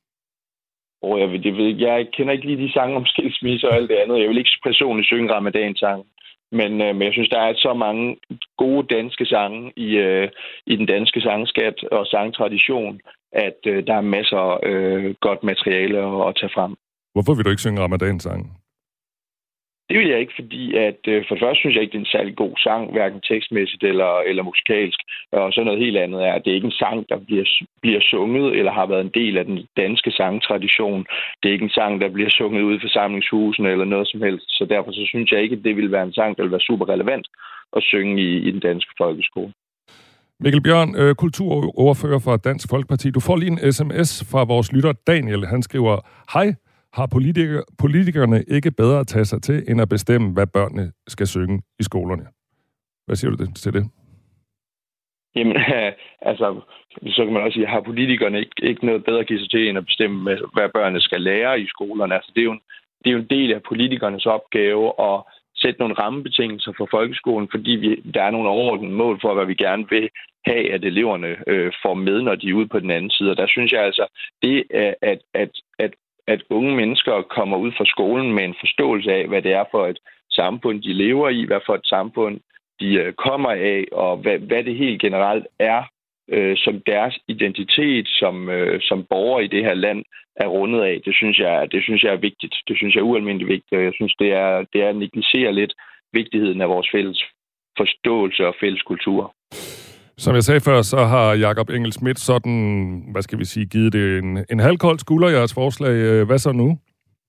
Oh, jeg, ved, jeg, ved, jeg kender ikke lige de sange om skilsmisser og alt det andet. Jeg vil ikke personligt synge ramadan-sange. Men, øh, men jeg synes, der er så mange gode danske sange i, øh, i den danske sangskat og sangtradition, at øh, der er masser af øh, godt materiale at, at tage frem. Hvorfor vil du ikke synge ramadan-sange? Det vil jeg ikke, fordi at øh, for det første synes jeg ikke, det er en særlig god sang, hverken tekstmæssigt eller, eller musikalsk. Og så noget helt andet er, at det er ikke en sang, der bliver, bliver sunget eller har været en del af den danske sangtradition. Det er ikke en sang, der bliver sunget ude i forsamlingshusene eller noget som helst. Så derfor så synes jeg ikke, at det vil være en sang, der vil være super relevant at synge i, i den danske folkeskole. Mikkel Bjørn, øh, kulturordfører for Dansk Folkeparti. Du får lige en sms fra vores lytter Daniel. Han skriver, hej. Har politiker, politikerne ikke bedre at tage sig til, end at bestemme, hvad børnene skal synge i skolerne? Hvad siger du til det? Jamen, altså, så kan man også sige, har politikerne ikke, ikke noget bedre at give sig til, end at bestemme, hvad børnene skal lære i skolerne? Altså, det er jo en, det er jo en del af politikernes opgave at sætte nogle rammebetingelser for folkeskolen, fordi vi, der er nogle overordnede mål for, hvad vi gerne vil have, at eleverne øh, får med, når de er ude på den anden side. Og der synes jeg altså, det er, at, at, at at unge mennesker kommer ud fra skolen med en forståelse af, hvad det er for et samfund, de lever i, hvad for et samfund de kommer af, og hvad, hvad det helt generelt er, øh, som deres identitet som, øh, som borger i det her land er rundet af. Det synes jeg, det synes jeg er vigtigt. Det synes jeg er ualmindeligt vigtigt, og jeg synes, det er, det er at negligere lidt vigtigheden af vores fælles forståelse og fælles kultur. Som jeg sagde før, så har Jakob Engel-Schmidt sådan, hvad skal vi sige, givet det en, en halvkold skulder, jeres forslag. Hvad så nu?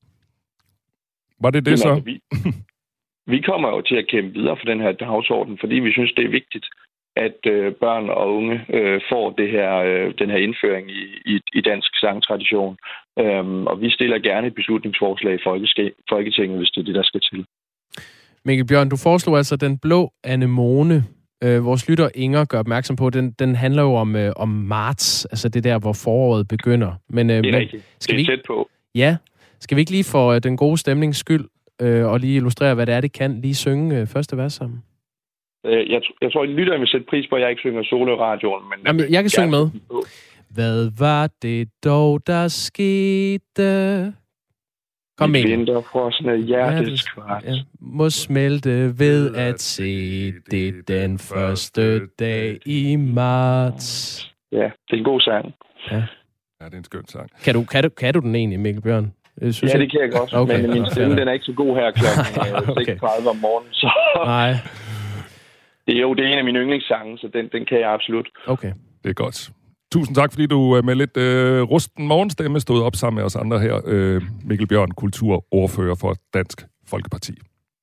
Var det det Jamen, så? Altså, vi, vi kommer jo til at kæmpe videre for den her dagsorden, fordi vi synes, det er vigtigt, at øh, børn og unge øh, får det her, øh, den her indføring i, i, i dansk sangtradition. Øhm, og vi stiller gerne et beslutningsforslag i Folketinget, hvis det er det, der skal til. Mikkel Bjørn, du foreslår altså den blå anemone. Øh, vores lytter Inger gør opmærksom på, den, den handler jo om, øh, om marts, altså det der, hvor foråret begynder. Men, øh, det er men, rigtigt. Skal det er vi, tæt på. Ja. Skal vi ikke lige for øh, den gode stemnings skyld, øh, og lige illustrere, hvad det er, det kan, lige synge øh, første vers sammen? Øh, jeg, jeg tror, at lytteren vil sætte pris på, at jeg ikke synger solo i radioen. Men Jamen, jeg, jeg kan synge med. Hvad var det dog, der skete? Kom med. Vinterfrosne hjerteskvart. Ja, må smelte ved at se det den første dag i marts. Ja, det er en god sang. Ja, ja det er en skøn sang. Kan du, kan du, kan du den egentlig, Mikkel Bjørn? Synes ja, det kan jeg godt. Okay. Men min stemme, den er ikke så god her klokken okay. seksogtredive om morgenen. Så nej. Det er jo det er en af mine yndlingssange, så den, den kan jeg absolut. Okay. Det er godt. Tusind tak, fordi du med lidt øh, rusten morgenstemme stod op sammen med os andre her. Øh, Mikkel Bjørn, kulturordfører for Dansk Folkeparti.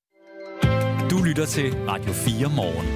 Du lytter til Radio fire Morgen.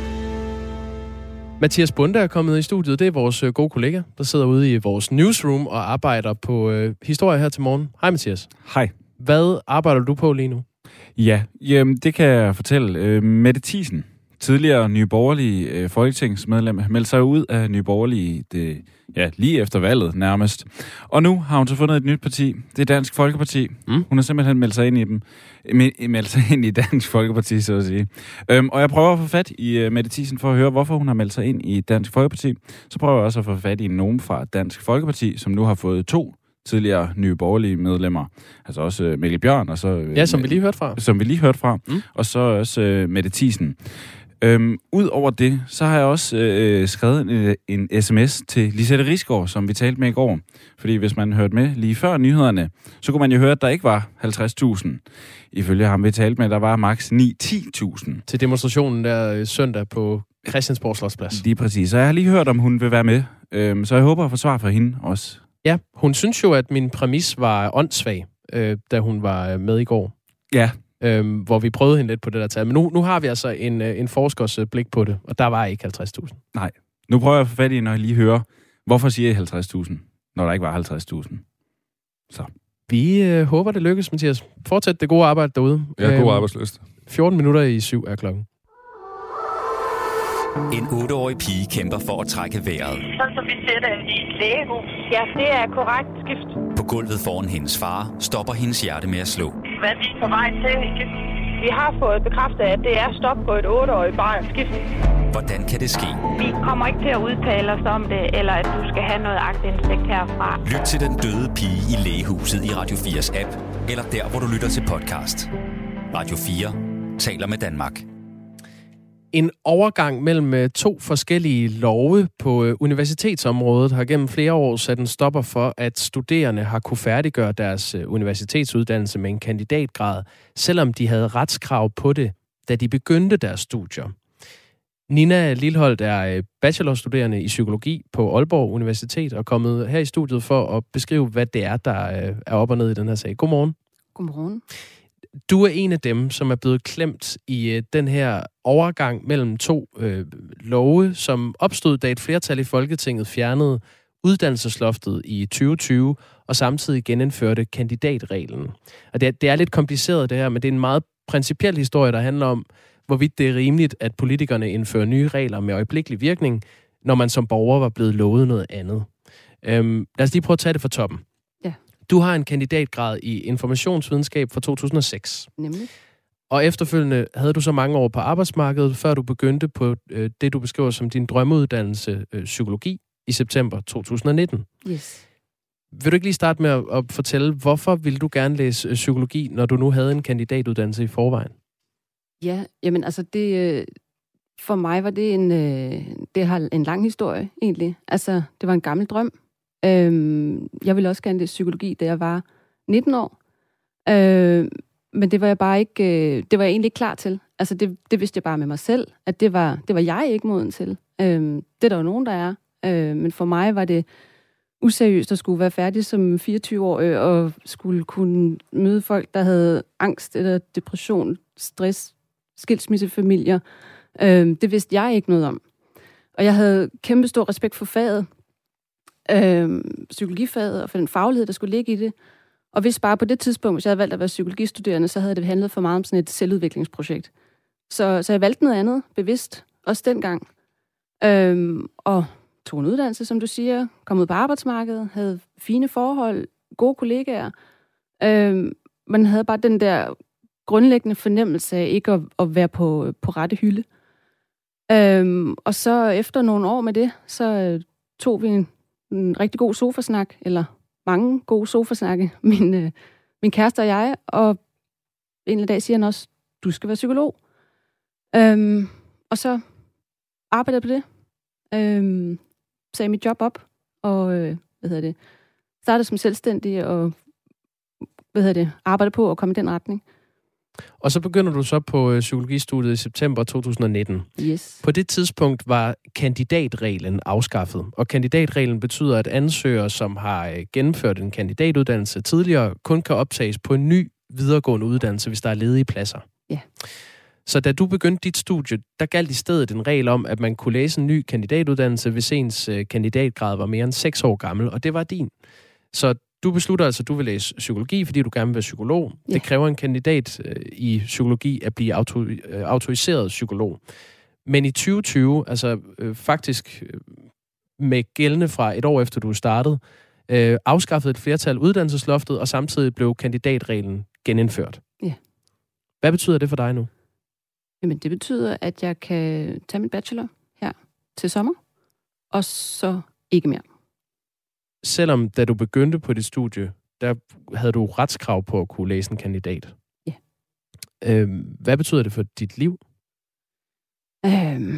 Mathias Bunde er kommet i studiet. Det er vores øh, gode kollega, der sidder ude i vores newsroom og arbejder på øh, historie her til morgen. Hej Mathias. Hej. Hvad arbejder du på lige nu? Ja, jamen, det kan jeg fortælle. Øh, Mette Thiesen, tidligere Nye Borgerlige øh, folketingsmedlem, meldte sig ud af Nye Borgerlige det, ja, lige efter valget nærmest. Og nu har hun så fundet et nyt parti. Det er Dansk Folkeparti. Mm. Hun har simpelthen meldt sig ind i dem. Meldt sig ind i Dansk Folkeparti, så at sige. Øhm, og jeg prøver at få fat i uh, Mette Thiesen for at høre, hvorfor hun har meldt sig ind i Dansk Folkeparti. Så prøver jeg også at få fat i nogen fra Dansk Folkeparti, som nu har fået to tidligere Nye Borgerlige medlemmer. Altså også uh, Mikkel Bjørn, og så... Uh, ja, som vi lige hørte fra. Som vi lige hørte fra. Mm. Og så også uh, Mette Thiesen. Øhm, Udover det, så har jeg også øh, skrevet en, en sms til Lisette Risgaard, som vi talte med i går. Fordi hvis man hørte med lige før nyhederne, så kunne man jo høre, at der ikke var halvtreds tusind. Ifølge ham, vi talte med, der var maks ni til ti tusind. Til demonstrationen der søndag på Christiansborg Slotsplads. Lige præcis. Så jeg har lige hørt, om hun vil være med. Øhm, så jeg håber at få svar fra hende også. Ja, hun synes jo, at min præmis var åndssvag, øh, da hun var med i går. Ja. Øhm, hvor vi prøvede hende lidt på det der tal. Men nu, nu har vi altså en, en forskers blik på det, og der var ikke halvtreds tusind. Nej. Nu prøver jeg at få fat i, når jeg lige hører, hvorfor siger I halvtreds tusind, når der ikke var halvtreds tusind? Så. Vi øh, håber, det lykkes, Mathias. Fortsæt det gode arbejde derude. Ja, god arbejdsløst. fjorten minutter i syv er klokken. En otteårig pige kæmper for at trække vejret. Sådan som vi ser det i et lægehus. Ja, det er korrekt skift. På gulvet foran hendes far stopper hendes hjerte med at slå. Hvad er vi på vej til? Vi har fået bekræftet, at det er stop på et otteårigt barns skift. Hvordan kan det ske? Vi kommer ikke til at udtale os om det, eller at du skal have noget aktindsigt herfra. Lyt til Den døde pige i lægehuset i Radio fires app, eller der, hvor du lytter til podcast. Radio fire taler med Danmark. En overgang mellem to forskellige love på universitetsområdet har gennem flere år sat en stopper for, at studerende har kunne færdiggøre deres universitetsuddannelse med en kandidatgrad, selvom de havde retskrav på det, da de begyndte deres studier. Nina Lilholdt er bachelorstuderende i psykologi på Aalborg Universitet og kommet her i studiet for at beskrive, hvad det er, der er op og ned i den her sag. Godmorgen. Godmorgen. Du er en af dem, som er blevet klemt i øh, den her overgang mellem to øh, love, som opstod, da et flertal i Folketinget fjernede uddannelsesloftet i tyve tyve og samtidig genindførte kandidatreglen. Og det er, det er lidt kompliceret det her, men det er en meget principiel historie, der handler om, hvorvidt det er rimeligt, at politikerne indfører nye regler med øjeblikkelig virkning, når man som borger var blevet lovet noget andet. Øhm, lad os lige prøve at tage det fra toppen. Du har en kandidatgrad i informationsvidenskab fra to tusind og seks. Nemlig. Og efterfølgende havde du så mange år på arbejdsmarkedet, før du begyndte på øh, det, du beskriver som din drømmeuddannelse, øh, psykologi, i september to tusind og nitten. Yes. Vil du ikke lige starte med at, at fortælle, hvorfor ville du gerne læse øh, psykologi, når du nu havde en kandidatuddannelse i forvejen? Ja, jamen altså det... For mig var det en... Øh, det har en lang historie, egentlig. Altså, det var en gammel drøm. Øhm, jeg ville også gerne læse psykologi, da jeg var nitten år. Øh, men det var jeg bare ikke, øh, det var jeg egentlig ikke klar til. Altså det, det vidste jeg bare med mig selv, at det var, det var jeg ikke moden til. Øh, det er der jo nogen, der er. Øh, men for mig var det useriøst at skulle være færdig som fireogtyve-årig og skulle kunne møde folk, der havde angst eller depression, stress, skilsmissefamilier. Øh, det vidste jeg ikke noget om. Og jeg havde kæmpe stor respekt for faget. Øh, psykologifaget og for den faglighed, der skulle ligge i det. Og hvis bare på det tidspunkt, hvis jeg havde valgt at være psykologistuderende, så havde det handlet for meget om sådan et selvudviklingsprojekt. Så, så jeg valgte noget andet, bevidst, også dengang. Øh, og tog en uddannelse, som du siger, kom ud på arbejdsmarkedet, havde fine forhold, gode kollegaer. Øh, man havde bare den der grundlæggende fornemmelse af ikke at, at være på, på rette hylde. Øh, og så efter nogle år med det, så tog vi en en rigtig god sofasnak, eller mange gode sofasnakke, min, øh, min kæreste og jeg, og en eller dag siger han også, du skal være psykolog. Øhm, og så arbejdede jeg på det, øhm, sagde mit job op, og øh, hvad hedder det, startede som selvstændig, og hvad hedder det, arbejdede på at komme i den retning. Og så begynder du så på psykologistudiet i september to tusind og nitten. Yes. På det tidspunkt var kandidatreglen afskaffet, og kandidatreglen betyder, at ansøgere, som har gennemført en kandidatuddannelse tidligere, kun kan optages på en ny videregående uddannelse, hvis der er ledige pladser. Ja. Så da du begyndte dit studie, der galt i stedet en regel om, at man kunne læse en ny kandidatuddannelse, hvis ens kandidatgrad var mere end seks år gammel, og det var din. Så du beslutter altså, at du vil læse psykologi, fordi du gerne vil være psykolog. Ja. Det kræver en kandidat øh, i psykologi at blive auto, øh, autoriseret psykolog. Men i tyve tyve, altså øh, faktisk øh, med gældende fra et år efter du startede, øh, afskaffede et flertal uddannelsesloftet, og samtidig blev kandidatreglen genindført. Ja. Hvad betyder det for dig nu? Jamen, det betyder, at jeg kan tage min bachelor her til sommer, og så ikke mere. Selvom da du begyndte på dit studie, der havde du retskrav på at kunne læse en kandidat. Ja. Øhm, hvad betyder det for dit liv? Øhm,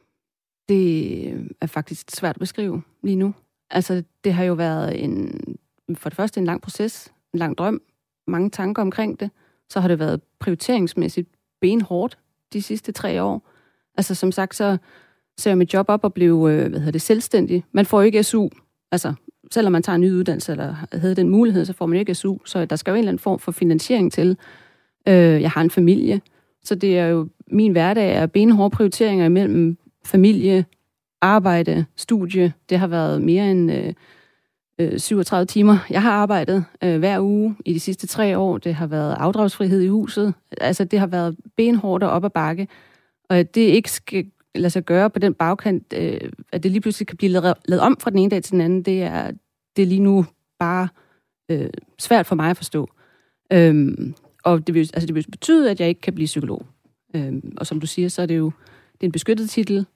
det er faktisk svært at beskrive lige nu. Altså, det har jo været en, for det første en lang proces, en lang drøm, mange tanker omkring det. Så har det været prioriteringsmæssigt benhårdt de sidste tre år. Altså, som sagt, så ser jeg mit job op og blev, hvad hedder det, selvstændig. Man får jo ikke S U. Altså, selvom man tager en ny uddannelse, eller havde den mulighed, så får man jo ikke S U. Så der skal jo en eller anden form for finansiering til. Jeg har en familie, så det er jo, min hverdag er benhårde prioriteringer imellem familie, arbejde, studie. Det har været mere end øh, syvogtredive timer. Jeg har arbejdet øh, hver uge i de sidste tre år. Det har været afdragsfrihed i huset. Altså, det har været benhårdt og op ad bakke. Og det ikke skal lade sig gøre på den bagkant, øh, at det lige pludselig kan blive lavet, lavet om fra den ene dag til den anden, det er, det er lige nu bare øh, svært for mig at forstå. Øhm, og det vil, altså det vil betyde, at jeg ikke kan blive psykolog. Øhm, og som du siger, så er det jo det er en beskyttet titel,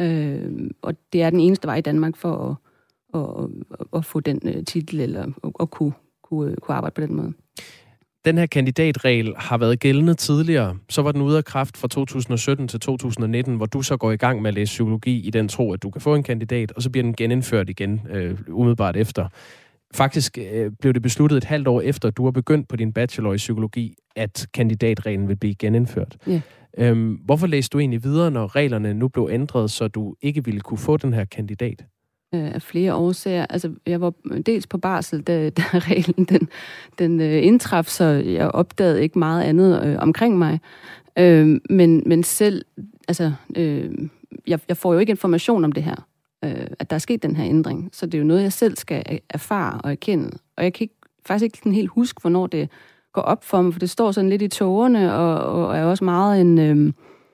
øh, og det er den eneste vej i Danmark for at, at, at, at få den uh, titel, eller at, at kunne, kunne, kunne arbejde på den måde. Den her kandidatregel har været gældende tidligere. Så var den ude af kraft fra to tusind og sytten til to tusind og nitten, hvor du så går i gang med at læse psykologi i den tro, at du kan få en kandidat, og så bliver den genindført igen øh, umiddelbart efter. Faktisk øh, blev det besluttet et halvt år efter, at du har begyndt på din bachelor i psykologi, at kandidatreglen vil blive genindført. Ja. Øhm, hvorfor læste du egentlig videre, når reglerne nu blev ændret, så du ikke ville kunne få den her kandidat? Af flere årsager. Altså, jeg var dels på barsel, da, da reglen den, den øh, indtraf, så jeg opdagede ikke meget andet øh, omkring mig. Øh, men, men selv, altså, øh, jeg, jeg får jo ikke information om det her, øh, at der er sket den her ændring. Så det er jo noget, jeg selv skal erfare og erkende. Og jeg kan ikke, faktisk ikke sådan helt huske, hvornår det går op for mig, for det står sådan lidt i tågerne, og, og er også meget en... Øh,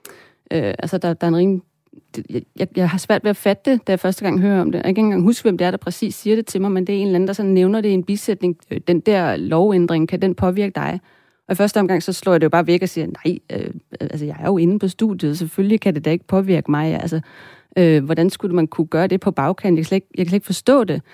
øh, altså, der, der er en rimelig... Jeg, jeg har svært ved at fatte det, da jeg første gang hører om det. Jeg kan ikke engang huske, hvem det er, der præcis siger det til mig, men det er en eller anden, der sådan nævner det i en bisætning. Den der lovændring, kan den påvirke dig? Og i første omgang, så slår jeg det jo bare væk og siger, nej, øh, altså jeg er jo inde på studiet, selvfølgelig kan det da ikke påvirke mig. Altså, øh, hvordan skulle man kunne gøre det på bagkant? Jeg kan slet ikke, jeg kan slet ikke forstå det.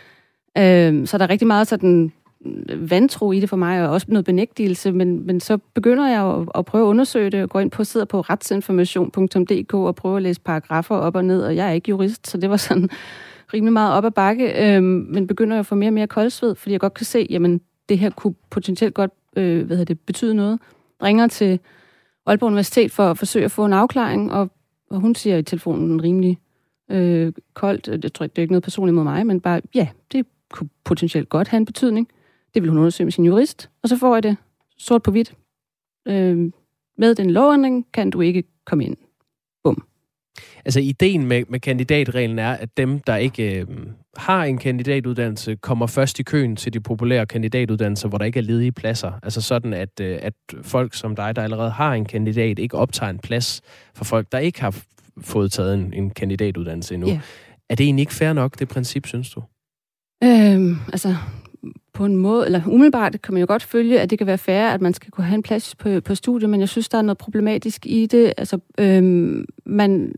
Øh, så der er rigtig meget sådan vantro i det for mig, og også noget benægtelse, men, men så begynder jeg at, at prøve at undersøge det, og gå ind på, sidder på retsinformation punktum d k og prøve at læse paragrafer op og ned, og jeg er ikke jurist, så det var sådan rimelig meget op ad bakke, øhm, men begynder jeg at få mere og mere koldsved, fordi jeg godt kan se, jamen det her kunne potentielt godt øh, hvad hedder det, betyde noget. Ringer til Aalborg Universitet for at forsøge at få en afklaring, og, og hun siger i telefonen rimelig øh, koldt, jeg tror ikke, det er ikke noget personligt mod mig, men bare, ja, det kunne potentielt godt have en betydning. Det vil hun undersøge med sin jurist, og så får jeg det sort på hvidt. Øh, med den lovændring kan du ikke komme ind. Bum. Altså, ideen med, med kandidatreglen er, at dem, der ikke øh, har en kandidatuddannelse, kommer først i køen til de populære kandidatuddannelser, hvor der ikke er ledige pladser. Altså sådan, at, øh, at folk som dig, der allerede har en kandidat, ikke optager en plads for folk, der ikke har fået taget en, en kandidatuddannelse endnu. Yeah. Er det egentlig ikke fair nok, det princip, synes du? Øhm, altså... På en måde, eller umiddelbart kan man jo godt følge, at det kan være fair, at man skal kunne have en plads på, på studiet, men jeg synes, der er noget problematisk i det. Altså, øhm, man...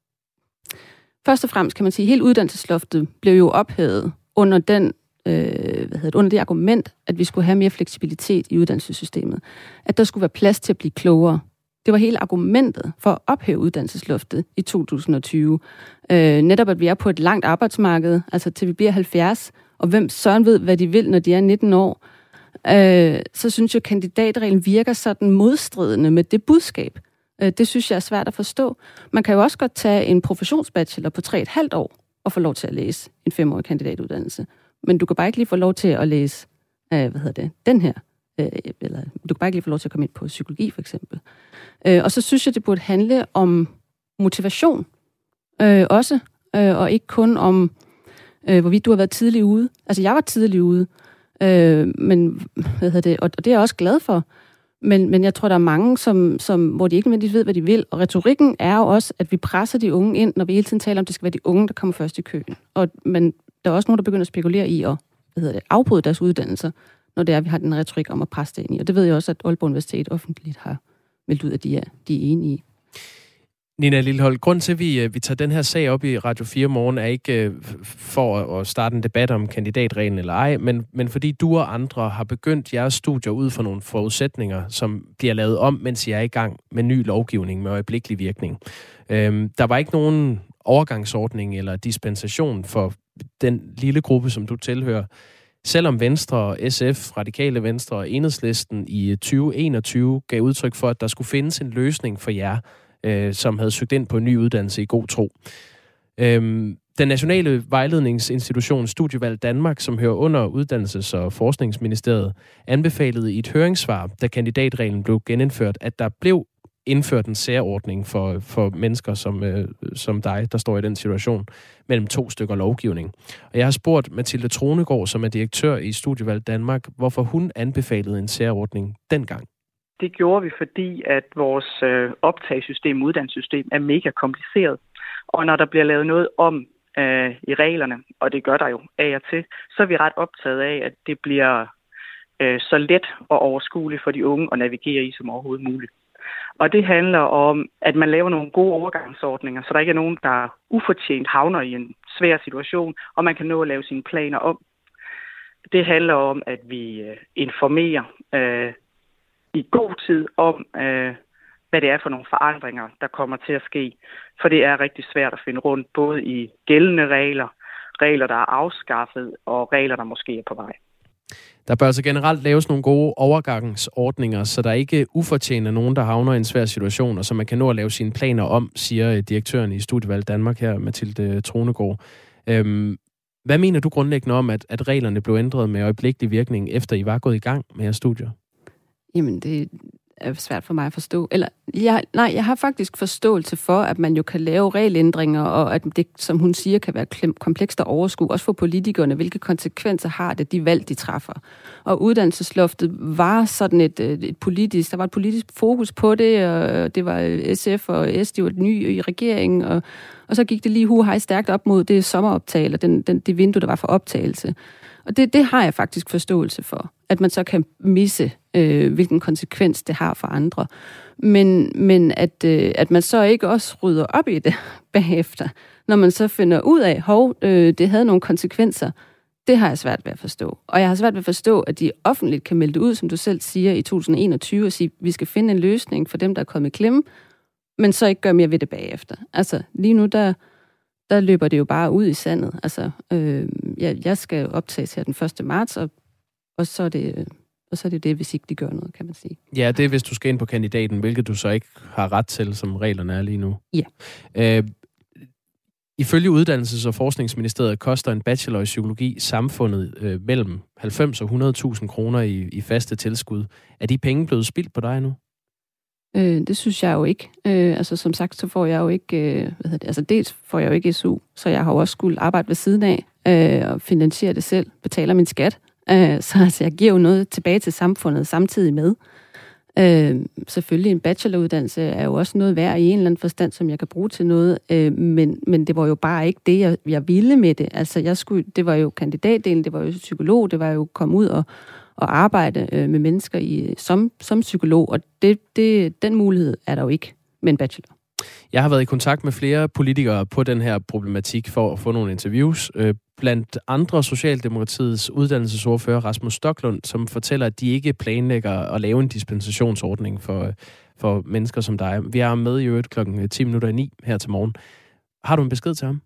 Først og fremmest kan man sige, at hele uddannelsesloftet blev jo ophævet under, den, øh, hvad hedder det, under det argument, at vi skulle have mere fleksibilitet i uddannelsessystemet. At der skulle være plads til at blive klogere. Det var hele argumentet for at ophæve uddannelsesloftet i to tusind og tyve. Øh, netop at vi er på et langt arbejdsmarked, altså til vi bliver halvfjerds, og hvem søren ved, hvad de vil, når de er nitten år, øh, så synes jeg, at kandidatreglen virker sådan modstridende med det budskab. Øh, det synes jeg er svært at forstå. Man kan jo også godt tage en professionsbachelor på tre et halvt år og få lov til at læse en femårig kandidatuddannelse. Men du kan bare ikke lige få lov til at læse, øh, hvad hedder det, den her. Øh, eller du kan bare ikke lige få lov til at komme ind på psykologi, for eksempel. Øh, og så synes jeg, det burde handle om motivation øh, også, øh, og ikke kun om Øh, hvorvidt du har været tidlig ude. Altså, jeg var tidlig ude, øh, men hvad hedder det, og, og det er jeg også glad for. Men, men jeg tror, der er mange, som, som, hvor de ikke nødvendigvis ved, hvad de vil. Og retorikken er jo også, at vi presser de unge ind, når vi hele tiden taler om, at det skal være de unge, der kommer først i køen. Og, men der er også nogen, der begynder at spekulere i at hvad hedder det, afbryde deres uddannelser, når det er, at vi har den retorik om at presse det ind i. Og det ved jeg også, at Aalborg Universitet offentligt har meldt ud, at de er, de er enige i. Nina Lilholt, grund til, at vi, vi tager den her sag op i Radio fire Morgen, er ikke for at starte en debat om kandidatreglen eller ej, men, men fordi du og andre har begyndt jeres studier ud fra nogle forudsætninger, som bliver lavet om, mens I er i gang med ny lovgivning med øjeblikkelig virkning. Øhm, der var ikke nogen overgangsordning eller dispensation for den lille gruppe, som du tilhører. Selvom Venstre, S F, Radikale Venstre og Enhedslisten i tyve enogtyve gav udtryk for, at der skulle findes en løsning for jer, øh, som havde søgt ind på en ny uddannelse i god tro. Øhm, den nationale vejledningsinstitution Studievalg Danmark, som hører under Uddannelses- og Forskningsministeriet, anbefalede i et høringssvar, da kandidatreglen blev genindført, at der blev indført en særordning for, for mennesker som, øh, som dig, der står i den situation, mellem to stykker lovgivning. Og jeg har spurgt Mathilde Tronegård, som er direktør i Studievalg Danmark, hvorfor hun anbefalede en særordning dengang. Det gjorde vi, fordi at vores øh, optagssystem, uddannelsessystem, er mega kompliceret. Og når der bliver lavet noget om øh, i reglerne, og det gør der jo af og til, så er vi ret optaget af, at det bliver øh, så let og overskueligt for de unge at navigere i som overhovedet muligt. Og det handler om, at man laver nogle gode overgangsordninger, så der ikke er nogen, der ufortjent havner i en svær situation, og man kan nå at lave sine planer om. Det handler om, at vi øh, informerer øh, i god tid om, øh, hvad det er for nogle forandringer, der kommer til at ske. For det er rigtig svært at finde rundt, både i gældende regler, regler, der er afskaffet, og regler, der måske er på vej. Der bør altså generelt laves nogle gode overgangsordninger, så der ikke ufortjener nogen, der havner i en svær situation, og så man kan nå at lave sine planer om, siger direktøren i Studievalg Danmark her, Mathilde Tronegård. Øhm, hvad mener du grundlæggende om, at, at reglerne blev ændret med øjeblikkelig virkning, efter I var gået i gang med jeres studier? Jamen, det er svært for mig at forstå. Eller, jeg, nej, jeg har faktisk forståelse for, at man jo kan lave regelændringer, og at det, som hun siger, kan være komplekst at overskue, også for politikerne, hvilke konsekvenser har det, de valg, de træffer. Og uddannelsesloftet var sådan et, et politisk, der var et politisk fokus på det, og det var S F og S, de var nye i regeringen, og, og så gik det lige hu-hej stærkt op mod det sommeroptag, eller den, den, det vindue, der var for optagelse. Og det, det har jeg faktisk forståelse for, at man så kan misse, øh, hvilken konsekvens det har for andre. Men, men at, øh, at man så ikke også rydder op i det bagefter, når man så finder ud af, hov, øh, det havde nogle konsekvenser, det har jeg svært ved at forstå. Og jeg har svært ved at forstå, at de offentligt kan melde ud, som du selv siger, i to tusind enogtyve, og sige, at vi skal finde en løsning for dem, der er kommet i klemme, men så ikke gøre mere ved det bagefter. Altså, lige nu, der... der løber det jo bare ud i sandet. Altså, øh, jeg, jeg skal optages her den første marts, og, og, så er det, og så er det det, hvis ikke de gør noget, kan man sige. Ja, det er, hvis du skal ind på kandidaten, hvilket du så ikke har ret til, som reglerne er lige nu. Ja. Øh, ifølge Uddannelses- og Forskningsministeriet koster en bachelor i psykologi samfundet øh, mellem halvfems og hundrede tusind kroner i, i faste tilskud. Er de penge blevet spildt på dig nu? Øh, det synes jeg jo ikke. Øh, altså som sagt, så får jeg jo ikke, øh, hvad hedder det, altså dels får jeg jo ikke S U, så jeg har jo også skulle arbejde ved siden af øh, og finansiere det selv, betaler min skat. Øh, så altså, jeg giver jo noget tilbage til samfundet samtidig med. Øh, selvfølgelig en bacheloruddannelse er jo også noget værd i en eller anden forstand, som jeg kan bruge til noget, øh, men, men det var jo bare ikke det, jeg, jeg ville med det. Altså jeg skulle, det var jo kandidatdelen, det var jo psykolog, det var jo komme ud og og arbejde øh, med mennesker i, som, som psykolog, og det, det, den mulighed er der jo ikke med en bachelor. Jeg har været i kontakt med flere politikere på den her problematik for at få nogle interviews. Øh, blandt andre Socialdemokratiets uddannelsesordfører Rasmus Stoklund, som fortæller, at de ikke planlægger at lave en dispensationsordning for, for mennesker som dig. Vi er med i øvrigt klokken ti minutter i ni her til morgen. Har du en besked til ham?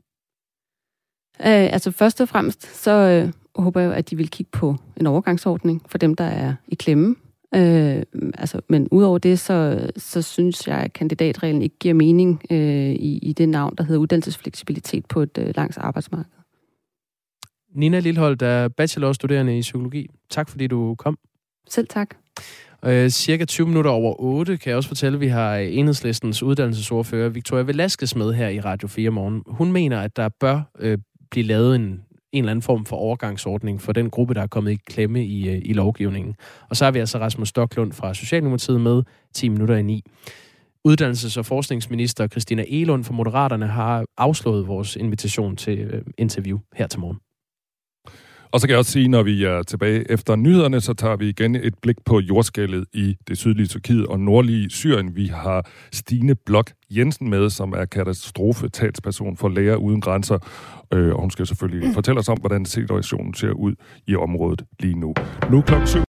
Øh, altså først og fremmest, så øh, håber jeg, at de vil kigge på en overgangsordning for dem, der er i klemme. Øh, altså, men udover det, så, så synes jeg, at kandidatreglen ikke giver mening øh, i, i det navn, der hedder uddannelsesfleksibilitet på et øh, langt arbejdsmarked. Nina Lilholt er bachelorstuderende i psykologi. Tak fordi du kom. Selv tak. Øh, cirka tyve minutter over otte kan jeg også fortælle, at vi har Enhedslistens uddannelsesordfører Victoria Velasquez med her i Radio fire Morgen. Hun mener, at der bør øh, blive lavet en en eller anden form for overgangsordning for den gruppe, der er kommet i klemme i, i lovgivningen. Og så har vi altså Rasmus Stoklund fra Socialdemokratiet med ti minutter i ni. Uddannelses- og forskningsminister Christina Egelund fra Moderaterne har afslået vores invitation til øh, interview her til morgen. Og så kan jeg også sige, når vi er tilbage efter nyhederne, så tager vi igen et blik på jordskælvet i det sydlige Tyrkiet og nordlige Syrien. Vi har Stine Blok Jensen med, som er katastrofetalsperson for Læger Uden Grænser. Og hun skal selvfølgelig fortælle os om, hvordan situationen ser ud i området lige nu. Nu klokken syv.